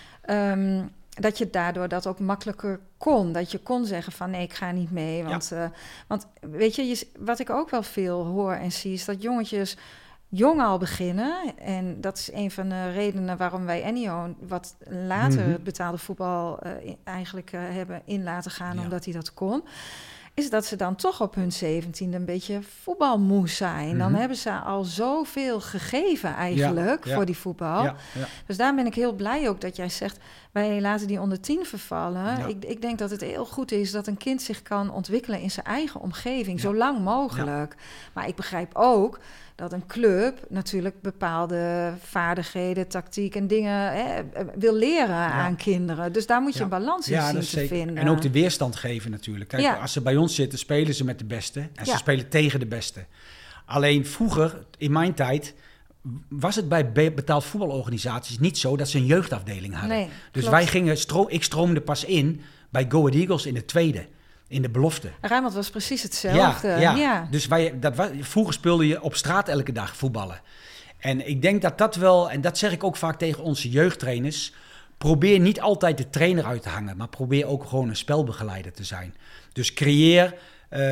B: um, dat je daardoor dat ook makkelijker kon? Dat je kon zeggen van nee, ik ga niet mee. Want, ja. uh, want weet je, je, wat ik ook wel veel hoor en zie, is dat jongetjes jong al beginnen. En dat is een van de redenen waarom wij Ennio wat later mm-hmm. het betaalde voetbal uh, eigenlijk uh, hebben in laten gaan, ja. omdat hij dat kon. Is dat ze dan toch op hun zeventiende een beetje voetbalmoe zijn. Mm-hmm. Dan hebben ze al zoveel gegeven eigenlijk ja, ja. voor die voetbal. Ja, ja. Dus daar ben ik heel blij ook dat jij zegt, wij laten die onder tien vervallen. Ja. Ik, ik denk dat het heel goed is dat een kind zich kan ontwikkelen in zijn eigen omgeving, ja. zo lang mogelijk. Ja. Maar ik begrijp ook dat een club natuurlijk bepaalde vaardigheden, tactiek en dingen hè, wil leren ja. aan kinderen. Dus daar moet je ja. een balans in ja, zien te zeker. vinden.
A: En ook de weerstand geven natuurlijk. Kijk, ja. als ze bij ons zitten, spelen ze met de beste. En ja. ze spelen tegen de beste. Alleen vroeger, in mijn tijd, was het bij betaald voetbalorganisaties niet zo dat ze een jeugdafdeling hadden. Nee, dus klopt. wij gingen, stro- ik stroomde pas in bij Go Ahead Eagles in de tweede. In de belofte.
B: Rijnmond was precies hetzelfde.
A: Ja, ja. ja. Dus wij, dat was, vroeger speelde je op straat elke dag voetballen. En ik denk dat dat wel, en dat zeg ik ook vaak tegen onze jeugdtrainers, probeer niet altijd de trainer uit te hangen, maar probeer ook gewoon een spelbegeleider te zijn. Dus creëer uh,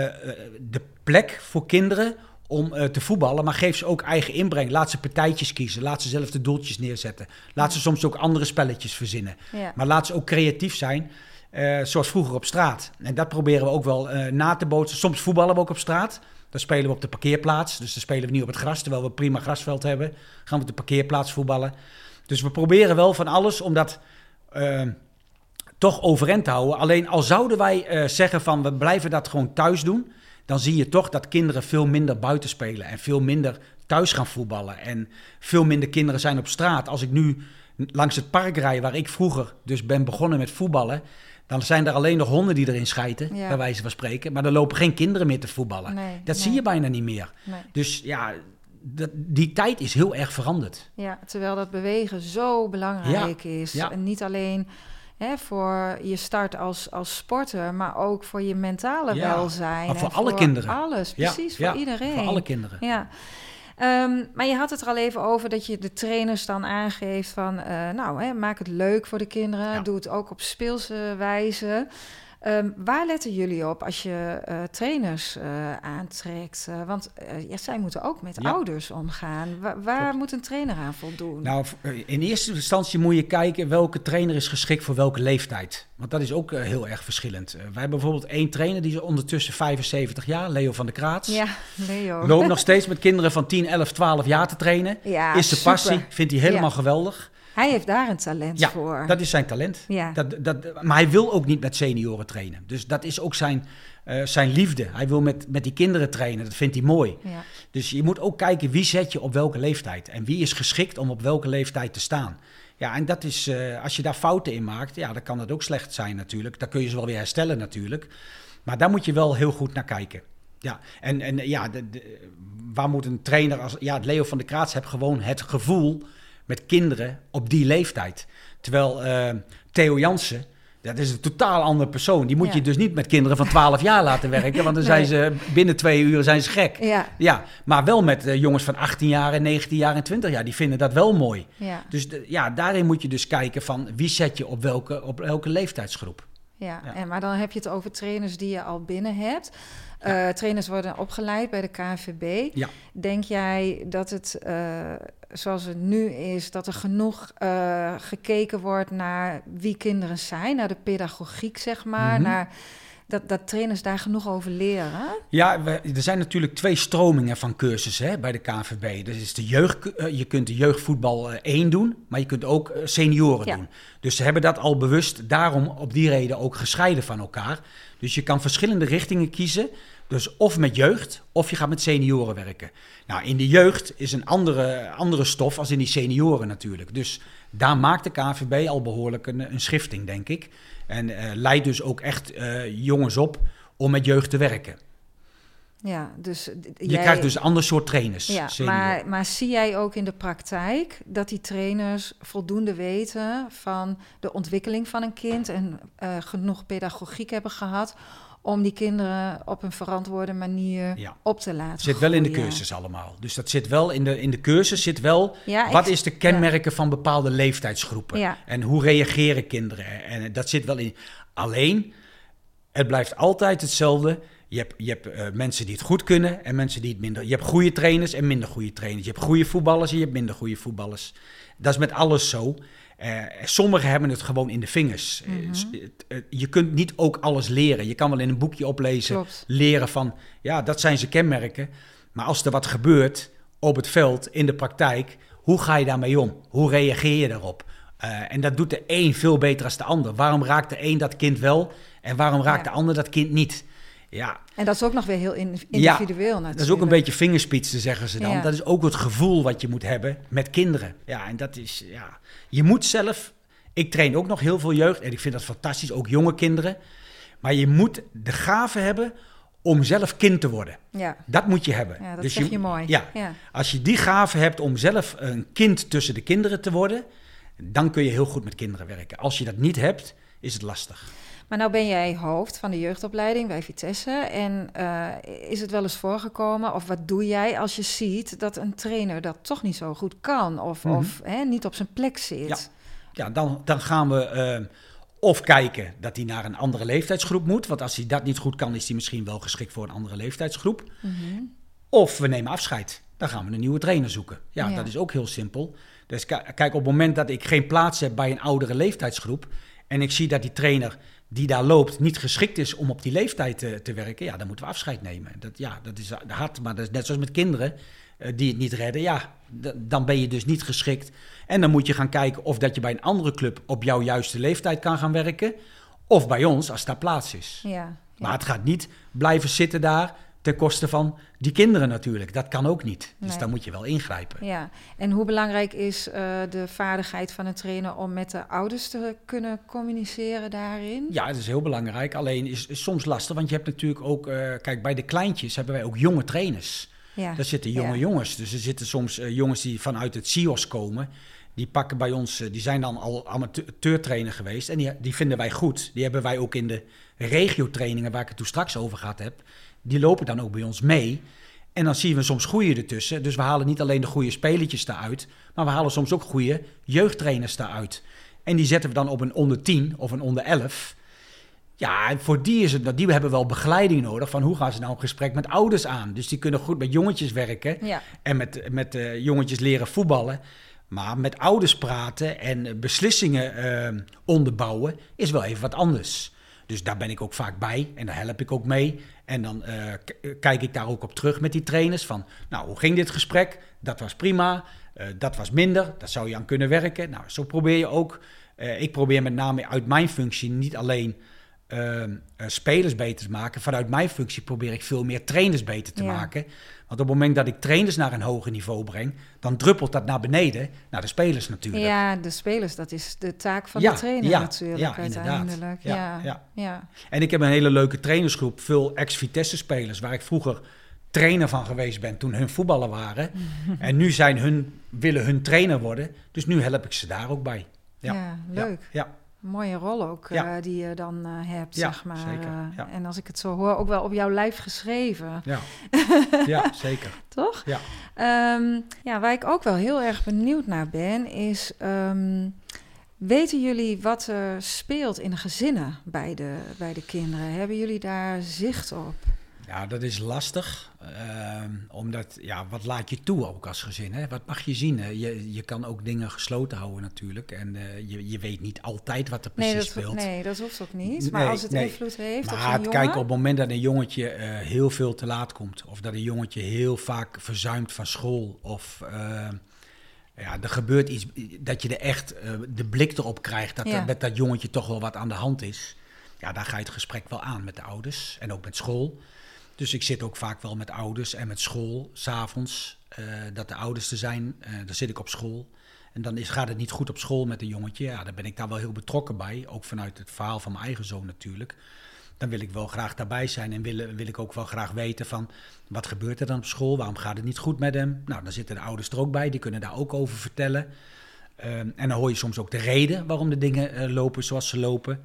A: de plek voor kinderen om uh, te voetballen, maar geef ze ook eigen inbreng. Laat ze partijtjes kiezen, laat ze zelf de doeltjes neerzetten. Laat ze soms ook andere spelletjes verzinnen. Ja. Maar laat ze ook creatief zijn. Uh, zoals vroeger op straat. En dat proberen we ook wel uh, na te bootsen. Soms voetballen we ook op straat. Dan spelen we op de parkeerplaats. Dus dan spelen we niet op het gras, terwijl we een prima grasveld hebben. Gaan we op de parkeerplaats voetballen. Dus we proberen wel van alles om dat uh, toch overeind te houden. Alleen al zouden wij uh, zeggen van we blijven dat gewoon thuis doen, dan zie je toch dat kinderen veel minder buiten spelen en veel minder thuis gaan voetballen. En veel minder kinderen zijn op straat. Als ik nu langs het park rij, waar ik vroeger dus ben begonnen met voetballen, dan zijn er alleen nog honden die erin schijten, ja. bij wijze van spreken. Maar er lopen geen kinderen meer te voetballen. Nee, dat nee. zie je bijna niet meer. Nee. Dus ja, dat, die tijd is heel erg veranderd.
B: Ja, terwijl dat bewegen zo belangrijk ja. is. Ja. En niet alleen hè, voor je start als, als sporter, maar ook voor je mentale ja. welzijn.
A: Maar voor
B: en
A: alle
B: voor
A: kinderen.
B: Alles, precies,
A: ja.
B: voor
A: ja.
B: iedereen.
A: Voor alle kinderen.
B: Ja. Um, maar je had het er al even over dat je de trainers dan aangeeft van, uh, nou, hè, maak het leuk voor de kinderen. Ja. Doe het ook op speelse wijze. Um, waar letten jullie op als je uh, trainers uh, aantrekt? Uh, want uh, ja, zij moeten ook met ja. ouders omgaan. Wa- waar Klopt. moet een trainer aan voldoen?
A: Nou, in eerste instantie moet je kijken welke trainer is geschikt voor welke leeftijd. Want dat is ook uh, heel erg verschillend. Uh, wij hebben bijvoorbeeld één trainer, die is ondertussen vijfenzeventig jaar, Leo van der Kraats.
B: Ja, Leo.
A: Loopt nog steeds met kinderen van tien, elf, twaalf jaar te trainen.
B: Ja,
A: is de passie, vindt hij helemaal ja. geweldig.
B: Hij heeft daar een talent
A: ja,
B: voor.
A: dat is zijn talent. Ja. Dat, dat, maar hij wil ook niet met senioren trainen. Dus dat is ook zijn, uh, zijn liefde. Hij wil met, met die kinderen trainen. Dat vindt hij mooi. Ja. Dus je moet ook kijken wie zet je op welke leeftijd. En wie is geschikt om op welke leeftijd te staan. Ja, en dat is, uh, als je daar fouten in maakt, ja, dan kan dat ook slecht zijn natuurlijk. Dan kun je ze wel weer herstellen natuurlijk. Maar daar moet je wel heel goed naar kijken. Ja, en, en ja, de, de, waar moet een trainer als... Ja, Leo van der Kraats heeft gewoon het gevoel met kinderen op die leeftijd. Terwijl uh, Theo Jansen, dat is een totaal andere persoon. Die moet ja. je dus niet met kinderen van twaalf jaar laten werken, want dan nee. zijn ze binnen twee uur zijn ze gek. Ja. Ja, maar wel met uh, jongens van achttien jaar en negentien jaar en twintig jaar, die vinden dat wel mooi. Ja. Dus de, ja, daarin moet je dus kijken van wie zet je op welke, op welke leeftijdsgroep.
B: Ja, ja. En, maar dan heb je het over trainers die je al binnen hebt. Ja. Uh, trainers worden opgeleid bij de K N V B. Ja. Denk jij dat het, uh, zoals het nu is, dat er genoeg uh, gekeken wordt naar wie kinderen zijn, naar de pedagogiek, zeg maar, mm-hmm. naar dat, dat trainers daar genoeg over leren?
A: Ja, we, er zijn natuurlijk twee stromingen van cursussen hè, bij de K N V B. Dat is de jeugd, uh, je kunt de jeugdvoetbal uh, één doen, maar je kunt ook uh, senioren ja. doen. Dus ze hebben dat al bewust daarom op die reden ook gescheiden van elkaar. Dus je kan verschillende richtingen kiezen. Dus of met jeugd, of je gaat met senioren werken. Nou, in de jeugd is een andere, andere stof als in die senioren natuurlijk. Dus daar maakt de K N V B al behoorlijk een, een schifting, denk ik. En uh, leidt dus ook echt uh, jongens op om met jeugd te werken.
B: Ja, dus d-
A: je
B: jij...
A: krijgt dus een ander soort trainers.
B: Ja, maar, maar zie jij ook in de praktijk dat die trainers voldoende weten van de ontwikkeling van een kind en uh, genoeg pedagogiek hebben gehad om die kinderen op een verantwoorde manier ja. op te laten. Het
A: zit wel in de cursus allemaal. Dus dat zit wel in de, in de cursus zit wel ja, wat ik, is de kenmerken ja. van bepaalde leeftijdsgroepen. Ja. En hoe reageren kinderen. En dat zit wel in. Alleen, het blijft altijd hetzelfde. Je hebt, je hebt uh, mensen die het goed kunnen en mensen die het minder. Je hebt goede trainers en minder goede trainers. Je hebt goede voetballers en je hebt minder goede voetballers. Dat is met alles zo. Uh, sommigen hebben het gewoon in de vingers. Mm-hmm. Uh, uh, je kunt niet ook alles leren. Je kan wel in een boekje oplezen, Klopt. leren van... ja, dat zijn zijn kenmerken. Maar als er wat gebeurt op het veld, in de praktijk... hoe ga je daarmee om? Hoe reageer je daarop? Uh, en dat doet de een veel beter dan de ander. Waarom raakt de een dat kind wel en waarom raakt ja. de ander dat kind niet? Ja.
B: En dat is ook nog weer heel individueel ja, natuurlijk.
A: Dat is ook een beetje vingerspitsen, zeggen ze dan. Ja. Dat is ook het gevoel wat je moet hebben met kinderen. Ja, en dat is, ja... Je moet zelf... Ik train ook nog heel veel jeugd en ik vind dat fantastisch, ook jonge kinderen. Maar je moet de gave hebben om zelf kind te worden. Ja. Dat moet je hebben.
B: Ja, dat dus zeg je, je mooi.
A: Ja, ja. Als je die gave hebt om zelf een kind tussen de kinderen te worden, dan kun je heel goed met kinderen werken. Als je dat niet hebt, is het lastig.
B: Maar nou ben jij hoofd van de jeugdopleiding bij Vitesse. En uh, is het wel eens voorgekomen, of wat doe jij als je ziet dat een trainer dat toch niet zo goed kan? Of, mm-hmm. of hè, niet op zijn plek zit?
A: Ja, ja dan, dan gaan we uh, of kijken dat hij naar een andere leeftijdsgroep moet. Want als hij dat niet goed kan, is hij misschien wel geschikt voor een andere leeftijdsgroep. Mm-hmm. Of we nemen afscheid. Dan gaan we een nieuwe trainer zoeken. Ja, ja, dat is ook heel simpel. Dus k- kijk, op het moment dat ik geen plaats heb bij een oudere leeftijdsgroep en ik zie dat die trainer die daar loopt niet geschikt is om op die leeftijd te, te werken, ja, dan moeten we afscheid nemen. Dat, ja, dat is hard, maar dat is net zoals met kinderen uh, die het niet redden. Ja, d- dan ben je dus niet geschikt. En dan moet je gaan kijken of dat je bij een andere club op jouw juiste leeftijd kan gaan werken, of bij ons als daar plaats is. Ja, ja. Maar het gaat niet blijven zitten daar ten koste van die kinderen natuurlijk. Dat kan ook niet. Dus nee. daar moet je wel ingrijpen.
B: Ja, en hoe belangrijk is uh, de vaardigheid van een trainer om met de ouders te kunnen communiceren daarin?
A: Ja, dat is heel belangrijk. Alleen is het soms lastig, want je hebt natuurlijk ook... Uh, kijk, bij de kleintjes hebben wij ook jonge trainers. Ja. Daar zitten jonge ja. jongens. Dus er zitten soms uh, jongens die vanuit het S I O S komen. Die pakken bij ons, uh, die zijn dan al amateurtrainer geweest. En die, die vinden wij goed. Die hebben wij ook in de regiotrainingen waar ik het toen straks over gehad heb. Die lopen dan ook bij ons mee. En dan zien we soms goeie ertussen. Dus we halen niet alleen de goede spelertjes daaruit, maar we halen soms ook goede jeugdtrainers daaruit. En die zetten we dan op een onder tien of een onder elf. Ja, en voor die is het, die hebben wel begeleiding nodig van hoe gaan ze nou een gesprek met ouders aan. Dus die kunnen goed met jongetjes werken
B: Ja.
A: en met, met uh, jongetjes leren voetballen. Maar met ouders praten en beslissingen uh, onderbouwen is wel even wat anders. Dus daar ben ik ook vaak bij en daar help ik ook mee. En dan uh, k- kijk ik daar ook op terug met die trainers van, nou, hoe ging dit gesprek? Dat was prima, uh, dat was minder, daar zou je aan kunnen werken. Nou, zo probeer je ook, uh, ik probeer met name uit mijn functie niet alleen uh, uh, spelers beter te maken. Vanuit mijn functie probeer ik veel meer trainers beter te ja. maken. Want op het moment dat ik trainers naar een hoger niveau breng, dan druppelt dat naar beneden, naar de spelers natuurlijk.
B: Ja, de spelers, dat is de taak van
A: ja,
B: de trainer
A: ja,
B: natuurlijk
A: ja,
B: uiteindelijk.
A: Ja,
B: ja,
A: ja.
B: Ja.
A: En ik heb een hele leuke trainersgroep, veel ex-Vitesse-spelers, waar ik vroeger trainer van geweest ben toen hun voetballer waren. En nu zijn hun, willen hun trainer worden, dus nu help ik ze daar ook bij. Ja,
B: ja leuk.
A: Ja, ja.
B: Mooie rol ook ja. uh, die je dan uh, hebt,
A: ja,
B: zeg maar.
A: Zeker, ja.
B: uh, en als ik het zo hoor, ook wel op jouw lijf geschreven.
A: Ja, ja zeker.
B: Toch?
A: Ja.
B: Um, ja, waar ik ook wel heel erg benieuwd naar ben, is... Um, weten jullie wat er speelt in de gezinnen bij de, bij de kinderen? Hebben jullie daar zicht op?
A: Ja, dat is lastig. Uh, omdat, ja, wat laat je toe ook als gezin? Hè? Wat mag je zien? Hè? Je, je kan ook dingen gesloten houden natuurlijk. En uh, je, je weet niet altijd wat er precies
B: nee, dat,
A: speelt.
B: Nee, dat hoeft ook niet. Maar
A: nee,
B: als het
A: nee.
B: invloed heeft
A: maar
B: op zo'n jongen...
A: kijk, op het moment dat een jongetje uh, heel veel te laat komt... of dat een jongetje heel vaak verzuimt van school... of uh, ja, er gebeurt iets dat je er echt uh, de blik erop krijgt... dat
B: ja.
A: er met dat jongetje toch wel wat aan de hand is... ja, daar ga je het gesprek wel aan met de ouders en ook met school... Dus ik zit ook vaak wel met ouders en met school, 's avonds, uh, dat de ouders er zijn. Uh, dan zit ik op school. En dan is, gaat het niet goed op school met een jongetje. Ja, dan ben ik daar wel heel betrokken bij. Ook vanuit het verhaal van mijn eigen zoon natuurlijk. Dan wil ik wel graag daarbij zijn en wil, wil ik ook wel graag weten van... wat gebeurt er dan op school? Waarom gaat het niet goed met hem? Nou, dan zitten de ouders er ook bij. Die kunnen daar ook over vertellen. Uh, en dan hoor je soms ook de reden waarom de dingen uh, lopen zoals ze lopen.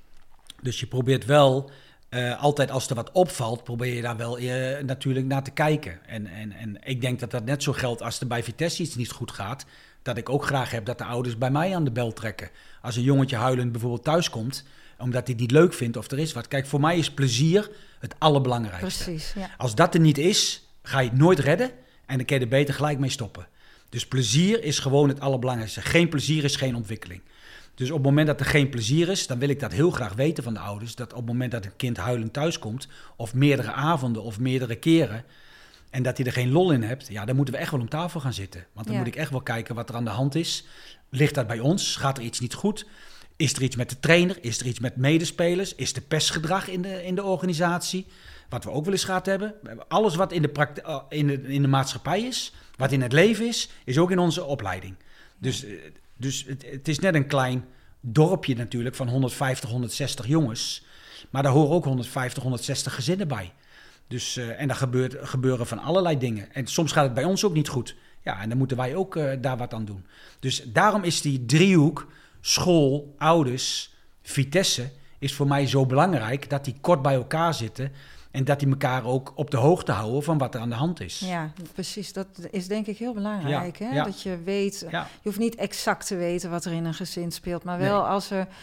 A: Dus je probeert wel... Uh, altijd als er wat opvalt, probeer je daar wel uh, natuurlijk naar te kijken. En, en, en ik denk dat dat net zo geldt als er bij Vitesse iets niet goed gaat. Dat ik ook graag heb dat de ouders bij mij aan de bel trekken. Als een jongetje huilend bijvoorbeeld thuis komt, omdat hij het niet leuk vindt of er is wat. Kijk, voor mij is plezier het allerbelangrijkste.
B: Precies, ja.
A: Als dat er niet is, ga je het nooit redden en dan kun je er beter gelijk mee stoppen. Dus plezier is gewoon het allerbelangrijkste. Geen plezier is geen ontwikkeling. Dus op het moment dat er geen plezier is, dan wil ik dat heel graag weten van de ouders. Dat op het moment dat een kind huilend thuis komt, of meerdere avonden of meerdere keren, en dat hij er geen lol in hebt, ja, dan moeten we echt wel om tafel gaan zitten. Want dan
B: ja.
A: moet ik echt wel kijken wat er aan de hand is. Ligt dat bij ons? Gaat er iets niet goed? Is er iets met de trainer? Is er iets met medespelers? Is er pestgedrag in de, in de organisatie? Wat we ook wel eens gehad hebben. Alles wat in de, prakti- in de, in de maatschappij is, wat in het leven is, is ook in onze opleiding. Dus... Dus het, het is net een klein dorpje natuurlijk van honderdvijftig, honderdzestig jongens. Maar daar horen ook honderdvijftig, honderdzestig gezinnen bij. Dus, uh, en daar gebeurt, gebeuren van allerlei dingen. En soms gaat het bij ons ook niet goed. Ja, en dan moeten wij ook uh, daar wat aan doen. Dus daarom is die driehoek, school, ouders, Vitesse, is voor mij zo belangrijk dat die kort bij elkaar zitten... En dat die elkaar ook op de hoogte houden van wat er aan de hand is.
B: Ja, precies. Dat is denk ik heel belangrijk.
A: Ja,
B: hè?
A: ja.
B: Dat je weet, ja. je hoeft niet exact te weten wat er in een gezin speelt. Maar wel nee. als er uh,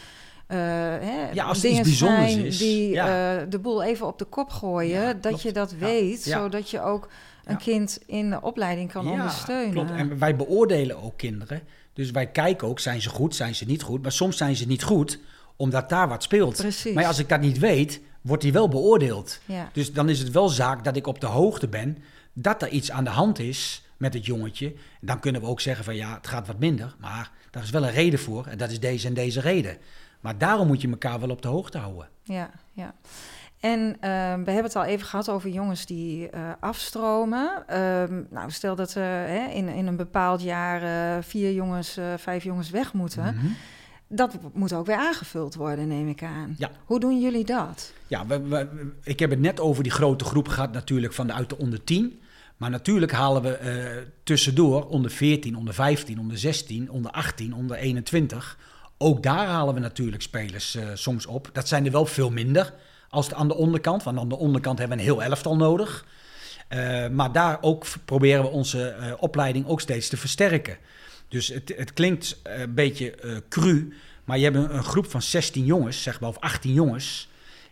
B: hè,
A: ja, als
B: dingen
A: iets bijzonders
B: zijn
A: is.
B: die
A: Ja.
B: uh, de boel even op de kop gooien.
A: Ja,
B: dat
A: klopt.
B: je dat
A: Ja.
B: weet,
A: Ja.
B: zodat je ook een
A: Ja.
B: kind in de opleiding kan
A: ja,
B: ondersteunen.
A: Klopt. En wij beoordelen ook kinderen. Dus wij kijken ook, zijn ze goed, zijn ze niet goed. Maar soms zijn ze niet goed, omdat daar wat speelt.
B: Precies.
A: Maar als ik dat niet weet... wordt die wel beoordeeld.
B: Ja.
A: Dus dan is het wel zaak dat ik op de hoogte ben... dat er iets aan de hand is met het jongetje. Dan kunnen we ook zeggen van ja, het gaat wat minder... maar daar is wel een reden voor en dat is deze en deze reden. Maar daarom moet je elkaar wel op de hoogte houden.
B: Ja, ja. En uh, we hebben het al even gehad over jongens die uh, afstromen. Uh, nou, stel dat er uh, in, in een bepaald jaar uh, vier jongens, uh, vijf jongens weg moeten... Mm-hmm. Dat moet ook weer aangevuld worden, neem ik aan.
A: Ja.
B: Hoe doen jullie dat?
A: Ja, we, we, ik heb het net over die grote groep gehad natuurlijk van de, uit de onder tien. Maar natuurlijk halen we uh, tussendoor onder veertien, onder vijftien, onder zestien, onder achttien, onder eenentwintig. Ook daar halen we natuurlijk spelers uh, soms op. Dat zijn er wel veel minder als aan de onderkant. Want aan de onderkant hebben we een heel elftal nodig. Uh, maar daar ook proberen we onze uh, opleiding ook steeds te versterken. Dus het, het klinkt een beetje uh, cru, maar je hebt een, een groep van zestien jongens, zeg maar, of achttien jongens.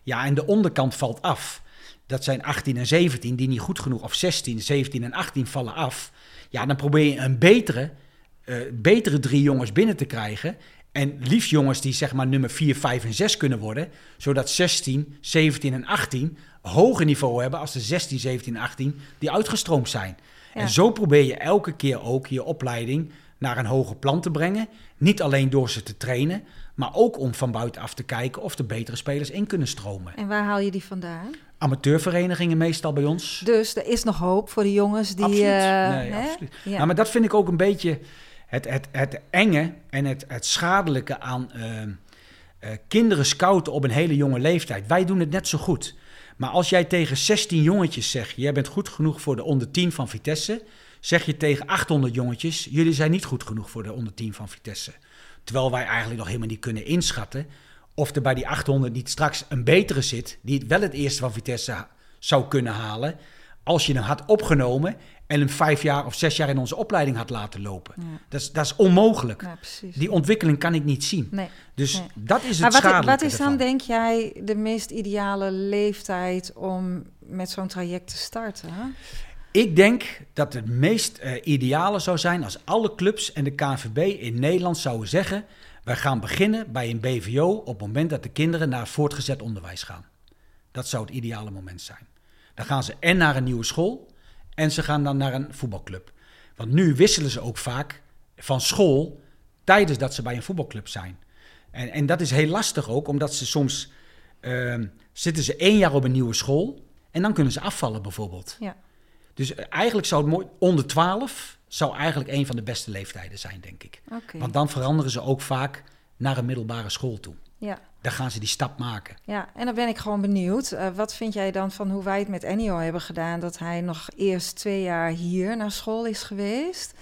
A: Ja, en de onderkant valt af. Dat zijn achttien en zeventien die niet goed genoeg, of zestien, zeventien en achttien vallen af. Ja, dan probeer je een betere, uh, betere drie jongens binnen te krijgen. En liefst jongens die zeg maar nummer vier, vijf en zes kunnen worden. Zodat zestien, zeventien en achttien hoger niveau hebben als de zestien, zeventien en achttien die uitgestroomd zijn. Ja. En zo probeer je elke keer ook je opleiding naar een hoger plan te brengen. Niet alleen door ze te trainen, maar ook om van buitenaf te kijken of er betere spelers in kunnen stromen.
B: En waar haal je die vandaan?
A: Amateurverenigingen meestal bij ons.
B: Dus er is nog hoop voor de jongens die...
A: Absoluut.
B: Uh,
A: nee,
B: hè?
A: absoluut.
B: Ja.
A: Nou, maar dat vind ik ook een beetje het, het, het enge en het, het schadelijke aan uh, uh, kinderen scouten op een hele jonge leeftijd. Wij doen het net zo goed. Maar als jij tegen zestien jongetjes zegt, jij bent goed genoeg voor de onder tien van Vitesse, zeg je tegen achthonderd jongetjes, jullie zijn niet goed genoeg voor de onder tien van Vitesse. Terwijl wij eigenlijk nog helemaal niet kunnen inschatten of er bij die achthonderd niet straks een betere zit, die het wel het eerste van Vitesse zou kunnen halen, als je hem had opgenomen en hem vijf jaar of zes jaar in onze opleiding had laten lopen. Ja. Dat is, dat is onmogelijk.
B: Ja, precies.
A: Die ontwikkeling kan ik niet zien.
B: Nee.
A: Dus
B: nee.
A: dat is het
B: maar wat,
A: schadelijke
B: wat is dan,
A: ervan.
B: denk jij, de meest ideale leeftijd om met zo'n traject te starten? Hè?
A: Ik denk dat het meest uh, ideale zou zijn als alle clubs en de K N V B in Nederland zouden zeggen, wij gaan beginnen bij een B V O op het moment dat de kinderen naar voortgezet onderwijs gaan. Dat zou het ideale moment zijn. Dan gaan ze en naar een nieuwe school en ze gaan dan naar een voetbalclub. Want nu wisselen ze ook vaak van school tijdens dat ze bij een voetbalclub zijn. En, en dat is heel lastig ook, omdat ze soms uh, zitten ze één jaar op een nieuwe school en dan kunnen ze afvallen bijvoorbeeld.
B: Ja.
A: Dus eigenlijk zou het mooi, onder twaalf zou eigenlijk een van de beste leeftijden zijn, denk ik.
B: Okay.
A: Want dan veranderen ze ook vaak naar een middelbare school toe.
B: Ja.
A: Dan gaan ze die stap maken.
B: Ja, en dan ben ik gewoon benieuwd. Uh, wat vind jij dan van hoe wij het met Ennio hebben gedaan, dat hij nog eerst twee jaar hier naar school is geweest?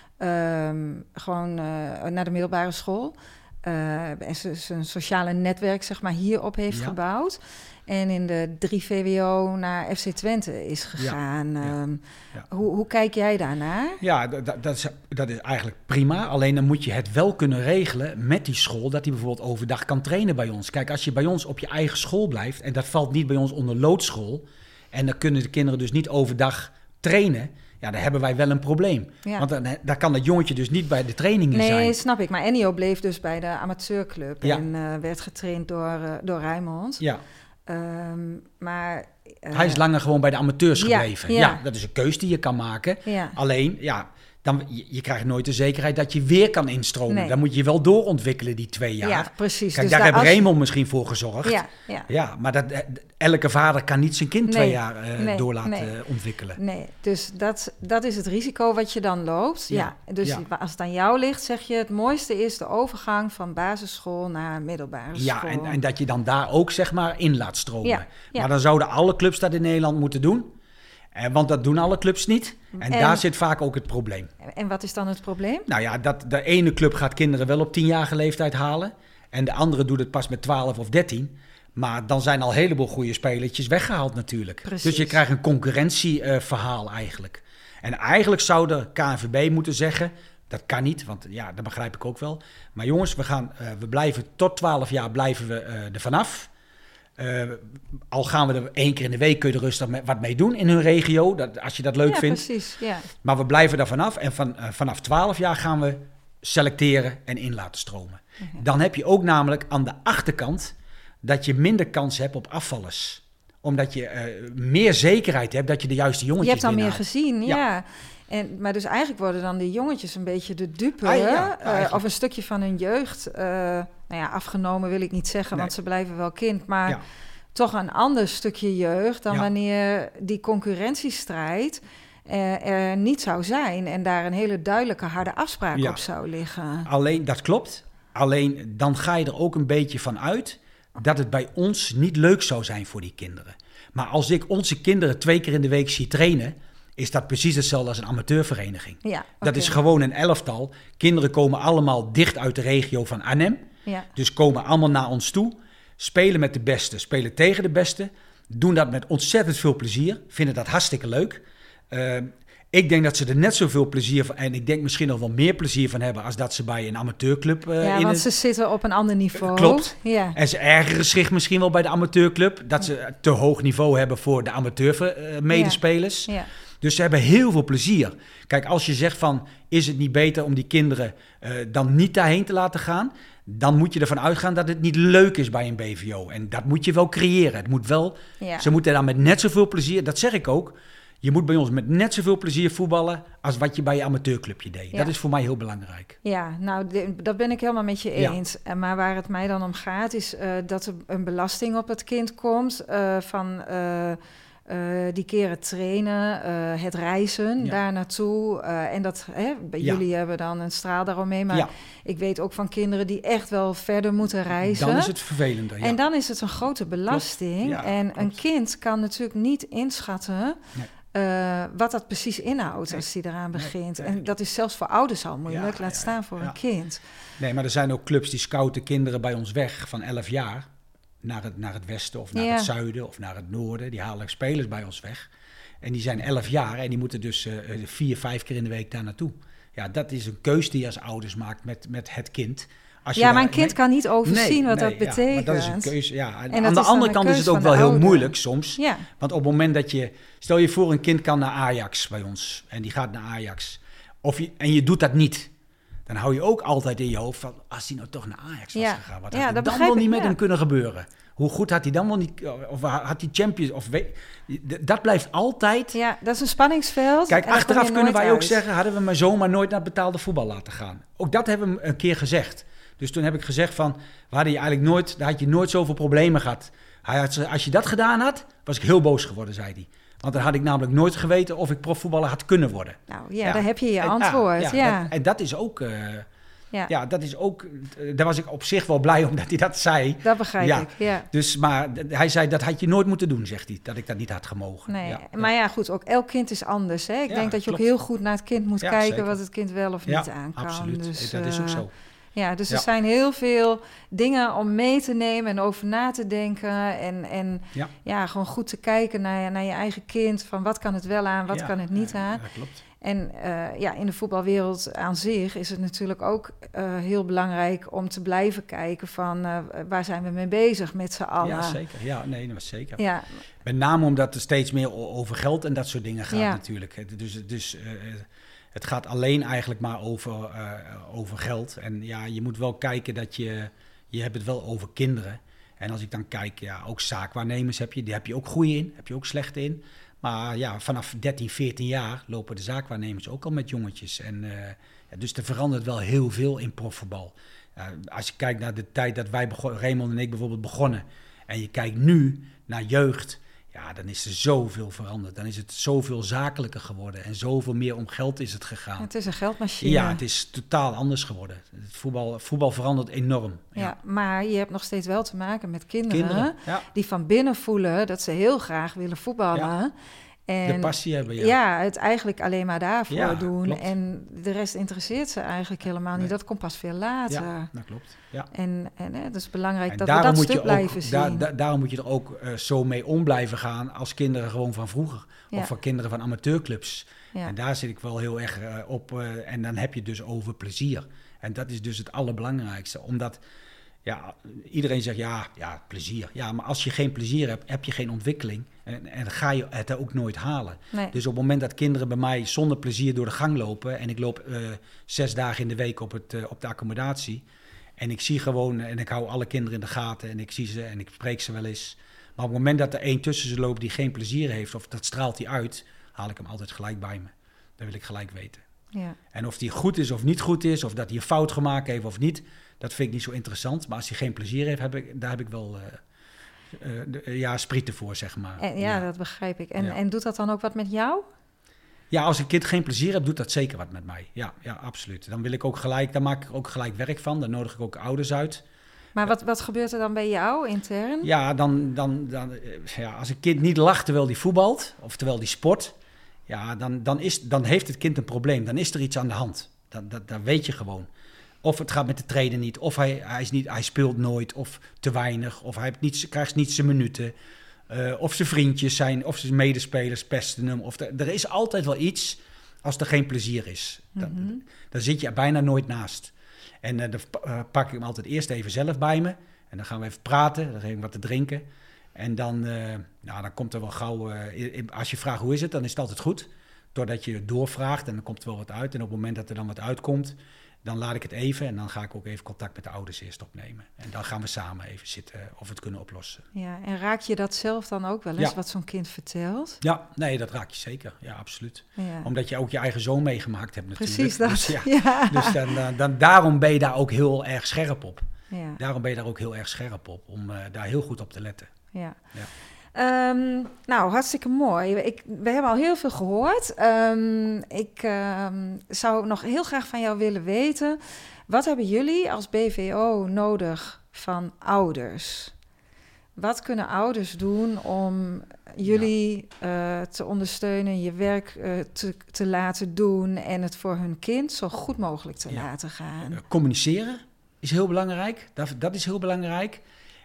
B: Um, gewoon uh, naar de middelbare school. Uh, en zijn sociale netwerk, zeg maar, hierop heeft ja. gebouwd. En in de drie V W O naar F C Twente is gegaan. Ja, ja, um, ja. Hoe, hoe kijk jij daarnaar?
A: Ja, dat, dat, is, dat is eigenlijk prima. Alleen dan moet je het wel kunnen regelen met die school, dat hij bijvoorbeeld overdag kan trainen bij ons. Kijk, als je bij ons op je eigen school blijft, en dat valt niet bij ons onder loodschool, en dan kunnen de kinderen dus niet overdag trainen, ja, dan hebben wij wel een probleem. Ja. Want dan, daar kan dat jongetje dus niet bij de trainingen
B: nee,
A: zijn.
B: Nee, snap ik. Maar Ennio bleef dus bij de amateurclub
A: ja.
B: en uh, werd getraind door, uh, door Rijnmond.
A: Ja.
B: Um, maar... Uh,
A: Hij is langer gewoon bij de amateurs
B: ja,
A: gebleven.
B: Ja.
A: ja, dat is een keus die je kan maken.
B: Ja.
A: Alleen, ja, dan, je, je krijgt nooit de zekerheid dat je weer kan instromen.
B: Nee.
A: Dan moet je wel doorontwikkelen, die twee jaar.
B: Ja, precies.
A: Kijk,
B: dus
A: daar heeft Raymond
B: je...
A: misschien voor gezorgd.
B: Ja, ja.
A: ja maar dat, elke vader kan niet zijn kind
B: nee,
A: twee jaar uh,
B: nee,
A: door laten
B: nee.
A: uh, ontwikkelen.
B: Nee, dus dat, dat is het risico wat je dan loopt. Ja. ja. Dus ja. als het aan jou ligt, zeg je, het mooiste is de overgang van basisschool naar middelbare school.
A: Ja, en, en dat je dan daar ook, zeg maar, in laat stromen.
B: Ja, ja.
A: Maar dan zouden alle clubs dat in Nederland moeten doen. Eh, want dat doen alle clubs niet. En, en daar zit vaak ook het probleem.
B: En wat is dan het probleem?
A: Nou ja, dat de ene club gaat kinderen wel op tienjarige leeftijd halen. En de andere doet het pas met twaalf of dertien. Maar dan zijn al een heleboel goede spelertjes weggehaald natuurlijk.
B: Precies.
A: Dus je krijgt een concurrentieverhaal uh, eigenlijk. En eigenlijk zou de K N V B moeten zeggen, dat kan niet, want ja, dat begrijp ik ook wel. Maar jongens, we, gaan, uh, we blijven tot twaalf jaar blijven we uh, er vanaf. Uh, al gaan we er één keer in de week, kun je er rustig mee, wat mee doen in hun regio, dat, als je dat leuk
B: ja,
A: vindt.
B: Precies, ja.
A: Maar we blijven daar vanaf en van, uh, vanaf twaalf jaar gaan we selecteren en in laten stromen. Uh-huh. Dan heb je ook namelijk aan de achterkant dat je minder kans hebt op afvallers. Omdat je uh, meer zekerheid hebt dat je de juiste jongetjes
B: Je hebt al meer
A: binnenhaalt.
B: gezien, ja.
A: ja.
B: En, maar dus eigenlijk worden dan die jongetjes een beetje de dupe,
A: ah, ja,
B: uh, of een stukje van hun jeugd. Uh, nou ja, afgenomen wil ik niet zeggen, nee. want ze blijven wel kind. Maar ja. toch een ander stukje jeugd dan ja. wanneer die concurrentiestrijd uh, er niet zou zijn. En daar een hele duidelijke harde afspraak ja. op zou liggen.
A: Alleen, dat klopt. Alleen dan ga je er ook een beetje van uit dat het bij ons niet leuk zou zijn voor die kinderen. Maar als ik onze kinderen twee keer in de week zie trainen, is dat precies hetzelfde als een amateurvereniging.
B: Ja, okay.
A: Dat is gewoon een elftal. Kinderen komen allemaal dicht uit de regio van Arnhem.
B: Ja.
A: Dus komen allemaal naar ons toe. Spelen met de beste, spelen tegen de beste. Doen dat met ontzettend veel plezier. Vinden dat hartstikke leuk. Uh, Ik denk dat ze er net zoveel plezier van... en ik denk misschien nog wel meer plezier van hebben... als dat ze bij een amateurclub... Uh,
B: ja,
A: in
B: want
A: een...
B: ze zitten op een ander niveau.
A: Klopt.
B: Ja.
A: En ze ergeren zich misschien wel bij de amateurclub... dat ze te hoog niveau hebben voor de amateur-medespelers. Uh, ja. Ja. Dus ze hebben heel veel plezier. Kijk, als je zegt van... is het niet beter om die kinderen uh, dan niet daarheen te laten gaan... dan moet je ervan uitgaan dat het niet leuk is bij een B V O. En dat moet je wel creëren. Het moet wel... Ja. Ze moeten daar met net zoveel plezier... dat zeg ik ook... Je moet bij ons met net zoveel plezier voetballen als wat je bij je amateurclubje deed. Ja. Dat is voor mij heel belangrijk.
B: Ja, nou, de, dat ben ik helemaal met je eens. Ja. Maar waar het mij dan om gaat, is uh, dat er een belasting op het kind komt uh, van... Uh, Uh, die keren trainen, uh, het reizen ja. daar naartoe. Uh, en dat, hè, bij ja. jullie hebben dan een straal daaromheen. Maar ja. ik weet ook van kinderen die echt wel verder moeten reizen.
A: Dan is het vervelender, ja.
B: En dan is het een grote belasting. Ja, en klopt. Een kind kan natuurlijk niet inschatten... Nee. Uh, wat dat precies inhoudt nee. als hij eraan begint. Nee, nee. En dat is zelfs voor ouders al moeilijk. Ja, laat ja, staan voor ja. een kind.
A: Nee, maar er zijn ook clubs die scouten kinderen bij ons weg van elf jaar... Naar het, naar het westen of naar ja. het zuiden of naar het noorden. Die halen spelers bij ons weg. En die zijn elf jaar en die moeten dus uh, vier, vijf keer in de week daar naartoe. Ja, dat is een keus die je als ouders maakt met, met het kind. Als
B: ja,
A: je
B: maar
A: daar,
B: een kind nee, kan niet overzien nee, wat nee, dat betekent. Ja,
A: maar dat is een keuze, ja. En aan de andere kant is het ook wel heel ouder. moeilijk soms. Ja. Want op het moment dat je... Stel je voor, een kind kan naar Ajax bij ons. En die gaat naar Ajax. Of je, en je doet dat niet. Dan hou je ook altijd in je hoofd van... Als hij nou toch naar Ajax was ja. gegaan. Wat ja, had er dan wel niet ik, met ja. hem kunnen gebeuren? Hoe goed had hij dan wel niet... Of had hij Champions... Of weet, dat blijft altijd...
B: Ja, dat is een spanningsveld.
A: Kijk, achteraf kunnen wij uit. ook zeggen... hadden we mijn zoon maar nooit naar betaalde voetbal laten gaan. Ook dat hebben we een keer gezegd. Dus toen heb ik gezegd van... We hadden je eigenlijk nooit... Daar had je nooit zoveel problemen gehad. Hij had, als je dat gedaan had... was ik heel boos geworden, zei hij. Want dan had ik namelijk nooit geweten... of ik profvoetballer had kunnen worden.
B: Nou ja, ja. daar heb je je en, antwoord. Ja, ja.
A: Dat, en dat is ook... Uh, Ja. ja, dat is ook... Daar was ik op zich wel blij omdat hij dat zei.
B: Dat begrijp ja. ik, ja.
A: Dus, maar hij zei, dat had je nooit moeten doen, zegt hij. Dat ik dat niet had gemogen.
B: Nee,
A: ja,
B: maar ja. ja, goed, ook elk kind is anders. Hè? Ik ja, denk dat je klopt. ook heel goed naar het kind moet ja, kijken... Zeker. wat het kind wel of
A: ja,
B: niet aan kan.
A: Absoluut,
B: dus,
A: dat is ook zo.
B: Ja, dus
A: ja.
B: er zijn heel veel dingen om mee te nemen en over na te denken. En, en ja. ja, gewoon goed te kijken naar, naar je eigen kind. Van wat kan het wel aan, wat ja, kan het niet aan.
A: Ja, dat klopt.
B: En uh, ja, in de voetbalwereld aan zich is het natuurlijk ook uh, heel belangrijk om te blijven kijken van uh, waar zijn we mee bezig met z'n allen.
A: Ja, zeker. Ja, nee, dat is zeker.
B: Ja.
A: Met name omdat er steeds meer over geld en dat soort dingen gaat ja. natuurlijk. Dus, dus uh, het gaat alleen eigenlijk maar over, uh, over geld. En ja, je moet wel kijken dat je, je hebt het wel over kinderen. En als ik dan kijk, ja, ook zaakwaarnemers heb je, die heb je ook goede in, heb je ook slechte in. Maar ja, vanaf dertien, veertien jaar lopen de zaakwaarnemers ook al met jongetjes. En, uh, ja, dus er verandert wel heel veel in profvoetbal. Uh, als je kijkt naar de tijd dat wij, begon, Raymond en ik bijvoorbeeld begonnen... en je kijkt nu naar jeugd... ja, dan is er zoveel veranderd. Dan is het zoveel zakelijker geworden. En zoveel meer om geld is het gegaan.
B: Het is een geldmachine.
A: Ja, het is totaal anders geworden. Het voetbal, voetbal verandert enorm.
B: Ja, ja, maar je hebt nog steeds wel te maken met kinderen...
A: kinderen ja.
B: die van binnen voelen dat ze heel graag willen voetballen...
A: Ja. En, de passie hebben, ja.
B: Ja, het eigenlijk alleen maar daarvoor
A: ja,
B: doen.
A: Klopt.
B: En de rest interesseert ze eigenlijk helemaal nee. niet. Dat komt pas veel later.
A: Ja, dat klopt. Ja.
B: En, en hè, het is belangrijk en dat we dat stuk blijven
A: ook,
B: zien.
A: Daar, da, daarom moet je er ook uh, zo mee om blijven gaan als kinderen gewoon van vroeger. Ja. Of van kinderen van amateurclubs. Ja. En daar zit ik wel heel erg uh, op. Uh, en dan heb je het dus over plezier. En dat is dus het allerbelangrijkste. Omdat... Ja, iedereen zegt ja, ja, plezier. Ja, maar als je geen plezier hebt, heb je geen ontwikkeling. En, en ga je het ook nooit halen.
B: Nee.
A: Dus op het moment dat kinderen bij mij zonder plezier door de gang lopen... en ik loop uh, zes dagen in de week op, het, uh, op de accommodatie... en ik zie gewoon, en ik hou alle kinderen in de gaten... en ik zie ze en ik spreek ze wel eens. Maar op het moment dat er één tussen ze loopt die geen plezier heeft... of dat straalt hij uit, haal ik hem altijd gelijk bij me. Dat wil ik gelijk weten.
B: Ja. En
A: of die goed is of niet goed is... of dat hij een fout gemaakt heeft of niet... dat vind ik niet zo interessant. Maar als hij geen plezier heeft, heb ik, daar heb ik wel uh, uh, de, uh, ja, sprieten voor, zeg maar.
B: En, ja, ja, dat begrijp ik. En, ja. en doet dat dan ook wat met jou?
A: Ja, als een kind geen plezier heeft, doet dat zeker wat met mij. Ja, ja, absoluut. Dan wil ik ook gelijk, dan maak ik ook gelijk werk van. Dan nodig ik ook ouders uit.
B: Maar wat, wat gebeurt er dan bij jou intern?
A: Ja, dan, dan, dan, ja, als een kind niet lacht terwijl die voetbalt... of terwijl die sport... ja, dan, dan, is, dan heeft het kind een probleem. Dan is er iets aan de hand. Dat, dat, dat weet je gewoon. Of het gaat met de trainer niet, of hij, hij, is niet, hij speelt nooit, of te weinig, of hij heeft niet, krijgt niet zijn minuten. Uh, of zijn vriendjes zijn, of zijn medespelers pesten hem. Of de, er is altijd wel iets als er geen plezier is. Dan,
B: Mm-hmm. dan
A: zit je er bijna nooit naast. En uh, dan uh, pak ik hem altijd eerst even zelf bij me. En dan gaan we even praten, dan geef ik wat te drinken. En dan, uh, nou, dan komt er wel gauw... Uh, als je vraagt hoe is het, dan is het altijd goed. Doordat je doorvraagt en dan komt er wel wat uit. En op het moment dat er dan wat uitkomt, dan laat ik het even. En dan ga ik ook even contact met de ouders eerst opnemen. En dan gaan we samen even zitten of we het kunnen oplossen.
B: Ja, en raak je dat zelf dan ook wel eens,
A: ja.
B: wat zo'n kind vertelt?
A: Ja, nee, dat raak je zeker. Ja, absoluut.
B: Ja.
A: Omdat je ook je eigen zoon meegemaakt hebt natuurlijk.
B: Precies dat.
A: Dus, ja,
B: ja.
A: dus dan, dan, dan, daarom ben je daar ook heel erg scherp op.
B: Ja.
A: Daarom ben je daar ook heel erg scherp op, om uh, daar heel goed op te letten.
B: Ja.
A: Ja.
B: Um, nou, hartstikke mooi. Ik, we hebben al heel veel gehoord. Um, ik um, zou nog heel graag van jou willen weten, wat hebben jullie als B V O nodig van ouders? Wat kunnen ouders doen om jullie ja. uh, te ondersteunen, je werk uh, te, te laten doen en het voor hun kind zo goed mogelijk te ja. laten gaan?
A: Uh, communiceren is heel belangrijk. Dat, dat is heel belangrijk.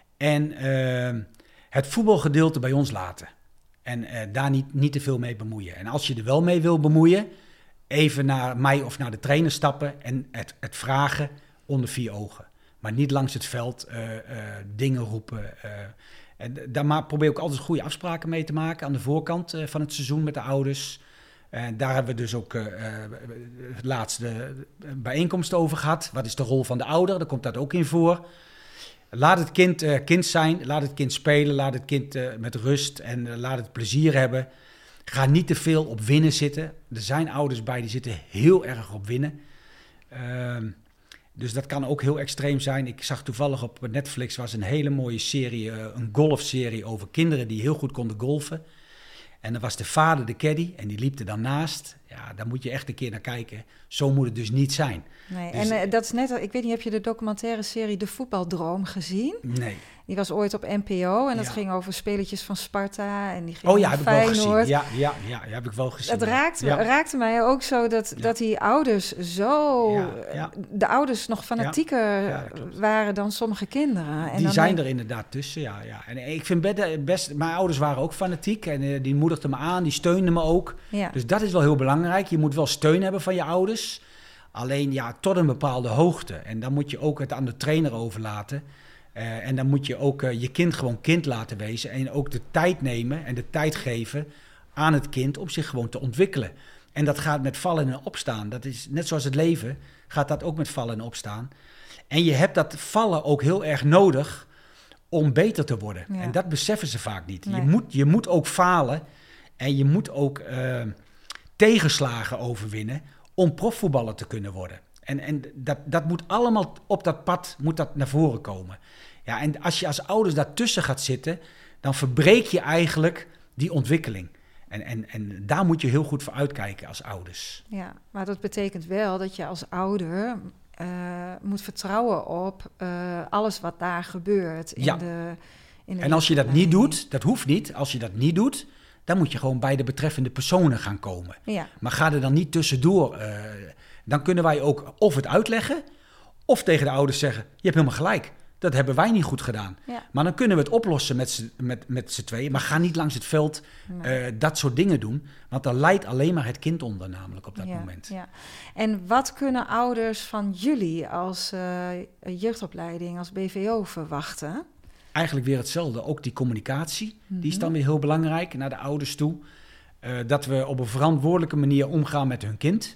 A: En uh, het voetbalgedeelte bij ons laten. En uh, daar niet, niet te veel mee bemoeien. En als je er wel mee wil bemoeien, even naar mij of naar de trainer stappen en het, het vragen onder vier ogen. Maar niet langs het veld uh, uh, dingen roepen. Uh, en daar ma- probeer ik altijd goede afspraken mee te maken aan de voorkant uh, van het seizoen met de ouders. En daar hebben we dus ook uh, het laatste bijeenkomst over gehad. Wat is de rol van de ouder? Daar komt dat ook in voor. Laat het kind uh, kind zijn, laat het kind spelen, laat het kind uh, met rust en uh, laat het plezier hebben. Ga niet te veel op winnen zitten. Er zijn ouders bij die zitten heel erg op winnen. Uh, dus dat kan ook heel extreem zijn. Ik zag toevallig op Netflix was een hele mooie serie, uh, een golfserie over kinderen die heel goed konden golfen. En dan was de vader de caddy en die liep er dan naast. Ja, daar moet je echt een keer naar kijken. Zo moet het dus niet zijn.
B: Nee,
A: dus,
B: en uh, dat is net, ik weet niet, heb je de documentaire serie De Voetbaldroom gezien?
A: Nee.
B: Die was ooit op N P O en dat
A: ja.
B: ging over spelertjes van Sparta. En die ging
A: oh ja, heb ik wel gezien.
B: Ja,
A: ja, ja, ja, heb ik wel gezien.
B: Dat raakte,
A: ja.
B: raakte mij ook zo dat, ja. dat die ouders zo... Ja, ja. De ouders nog fanatieker ja. Ja, waren dan sommige kinderen. En
A: die
B: dan
A: zijn
B: denk...
A: er inderdaad tussen, ja, ja. En ik vind best, best... Mijn ouders waren ook fanatiek en uh, die moedigden me aan, die steunden me ook.
B: Ja.
A: Dus dat is wel heel belangrijk. Je moet wel steun hebben van je ouders. Alleen ja, tot een bepaalde hoogte. En dan moet je ook het aan de trainer overlaten. Uh, en dan moet je ook uh, je kind gewoon kind laten wezen. En ook de tijd nemen en de tijd geven aan het kind om zich gewoon te ontwikkelen. En dat gaat met vallen en opstaan. Dat is net zoals het leven, gaat dat ook met vallen en opstaan. En je hebt dat vallen ook heel erg nodig om beter te worden. Ja. En dat beseffen ze vaak niet. Nee. Je, moet, je moet ook falen en je moet ook uh, tegenslagen overwinnen om profvoetballer te kunnen worden. En, en dat, dat moet allemaal op dat pad moet dat naar voren komen. Ja, en als je als ouders daartussen gaat zitten, dan verbreek je eigenlijk die ontwikkeling. En, en, en daar moet je heel goed voor uitkijken als ouders.
B: Ja, maar dat betekent wel dat je als ouder uh, moet vertrouwen op uh, alles wat daar gebeurt. In
A: ja.
B: de, in de
A: en als je dat niet doet, dat hoeft niet, als je dat niet doet, dan moet je gewoon bij de betreffende personen gaan komen.
B: Ja.
A: Maar ga er dan niet tussendoor. Uh, dan kunnen wij ook of het uitleggen, of tegen de ouders zeggen, je hebt helemaal gelijk. Dat hebben wij niet goed gedaan.
B: Ja.
A: Maar dan kunnen we het oplossen met z'n, met, met z'n tweeën. Maar ga niet langs het veld nee. uh, dat soort dingen doen. Want dan leidt alleen maar het kind onder namelijk op dat
B: ja,
A: moment.
B: Ja. En wat kunnen ouders van jullie als uh, jeugdopleiding, als B V O verwachten?
A: Eigenlijk weer hetzelfde. Ook die communicatie, mm-hmm. die is dan weer heel belangrijk naar de ouders toe. Uh, dat we op een verantwoordelijke manier omgaan met hun kind.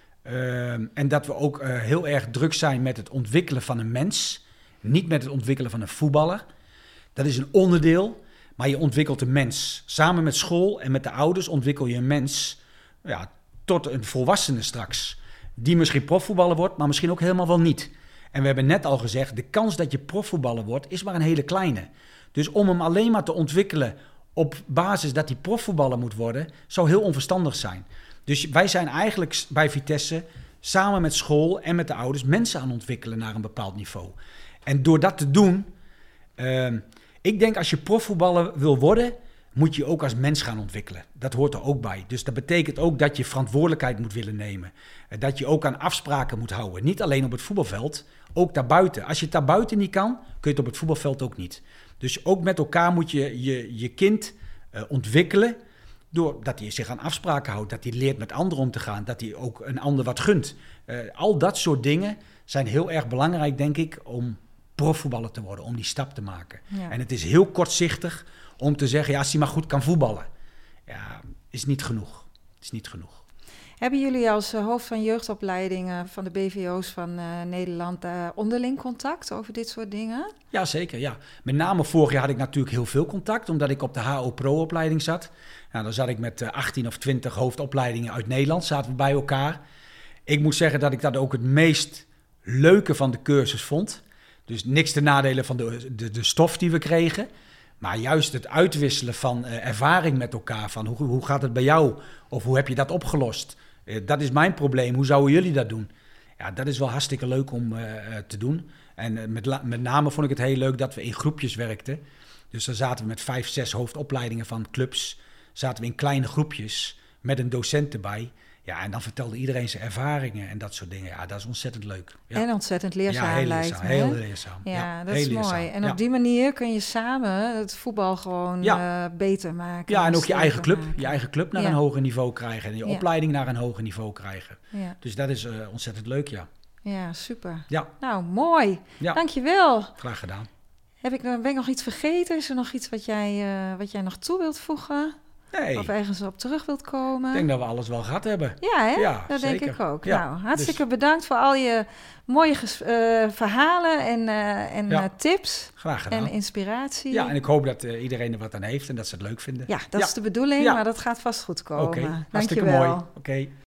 A: Uh, en dat we ook uh, heel erg druk zijn met het ontwikkelen van een mens. Niet met het ontwikkelen van een voetballer. Dat is een onderdeel, maar je ontwikkelt een mens. Samen met school en met de ouders ontwikkel je een mens ja, tot een volwassene straks. Die misschien profvoetballer wordt, maar misschien ook helemaal wel niet. En we hebben net al gezegd, de kans dat je profvoetballer wordt is maar een hele kleine. Dus om hem alleen maar te ontwikkelen op basis dat hij profvoetballer moet worden, zou heel onverstandig zijn. Dus wij zijn eigenlijk bij Vitesse samen met school en met de ouders mensen aan ontwikkelen naar een bepaald niveau. En door dat te doen, uh, ik denk als je profvoetballer wil worden, moet je ook als mens gaan ontwikkelen. Dat hoort er ook bij. Dus dat betekent ook dat je verantwoordelijkheid moet willen nemen. Uh, dat je ook aan afspraken moet houden. Niet alleen op het voetbalveld, ook daarbuiten. Als je het daarbuiten niet kan, kun je het op het voetbalveld ook niet. Dus ook met elkaar moet je je, je kind uh, ontwikkelen. Doordat hij zich aan afspraken houdt, dat hij leert met anderen om te gaan, dat hij ook een ander wat gunt. Uh, al dat soort dingen zijn heel erg belangrijk, denk ik, om profvoetballer te worden, om die stap te maken. Ja. En het is heel kortzichtig om te zeggen, ja, als hij maar goed kan voetballen. Ja, is niet genoeg. Het is niet genoeg.
B: Hebben jullie als uh, hoofd van jeugdopleidingen van de B V O's van uh, Nederland uh, onderling contact over dit soort dingen?
A: Ja, zeker. Ja. Met name vorig jaar had ik natuurlijk heel veel contact, omdat ik op de H O Pro-opleiding zat. Nou, dan zat ik met uh, achttien of twintig hoofdopleidingen uit Nederland, zaten we bij elkaar. Ik moet zeggen dat ik dat ook het meest leuke van de cursus vond. Dus niks te nadelen van de, de, de stof die we kregen. Maar juist het uitwisselen van uh, ervaring met elkaar. Van hoe, hoe gaat het bij jou? Of hoe heb je dat opgelost? Uh, dat is mijn probleem. Hoe zouden jullie dat doen? Ja, dat is wel hartstikke leuk om uh, uh, te doen. En uh, met, la- met name vond ik het heel leuk dat we in groepjes werkten. Dus dan zaten we met vijf, zes hoofdopleidingen van clubs. Zaten we in kleine groepjes met een docent erbij. Ja, en dan vertelde iedereen zijn ervaringen en dat soort dingen. Ja, dat is ontzettend leuk. Ja.
B: En ontzettend leerzaam, ja,
A: heel
B: lijkt
A: leerzaam,
B: me.
A: Heel leerzaam.
B: Ja,
A: ja
B: dat
A: heel
B: is
A: leerzaam.
B: mooi. En
A: ja.
B: op die manier kun je samen het voetbal gewoon ja. uh, beter maken.
A: Ja, en ook je eigen club.
B: Maken.
A: Je eigen club naar ja. een hoger niveau krijgen. En je ja. opleiding naar een hoger niveau krijgen. Ja. Dus dat is uh, ontzettend leuk, ja.
B: Ja, super.
A: Ja.
B: Nou, mooi. Ja. Dankjewel.
A: Graag gedaan.
B: Heb ik, ben ik nog iets vergeten? Is er nog iets wat jij, uh, wat jij nog toe wilt voegen?
A: Nee.
B: Of ergens op terug wilt komen?
A: Ik denk dat we alles wel gehad hebben.
B: Ja, hè?
A: Ja,
B: dat
A: zeker.
B: denk ik ook.
A: Ja,
B: nou, hartstikke
A: dus...
B: bedankt voor al je mooie ges- uh, verhalen en, uh, en ja. uh, tips.
A: Graag gedaan.
B: En inspiratie.
A: Ja, en ik hoop dat uh, iedereen er wat aan heeft en dat ze het leuk vinden.
B: Ja, dat ja. is de bedoeling, ja. maar dat gaat vast goed komen.
A: Oké, okay. Hartstikke mooi. Oké. Okay.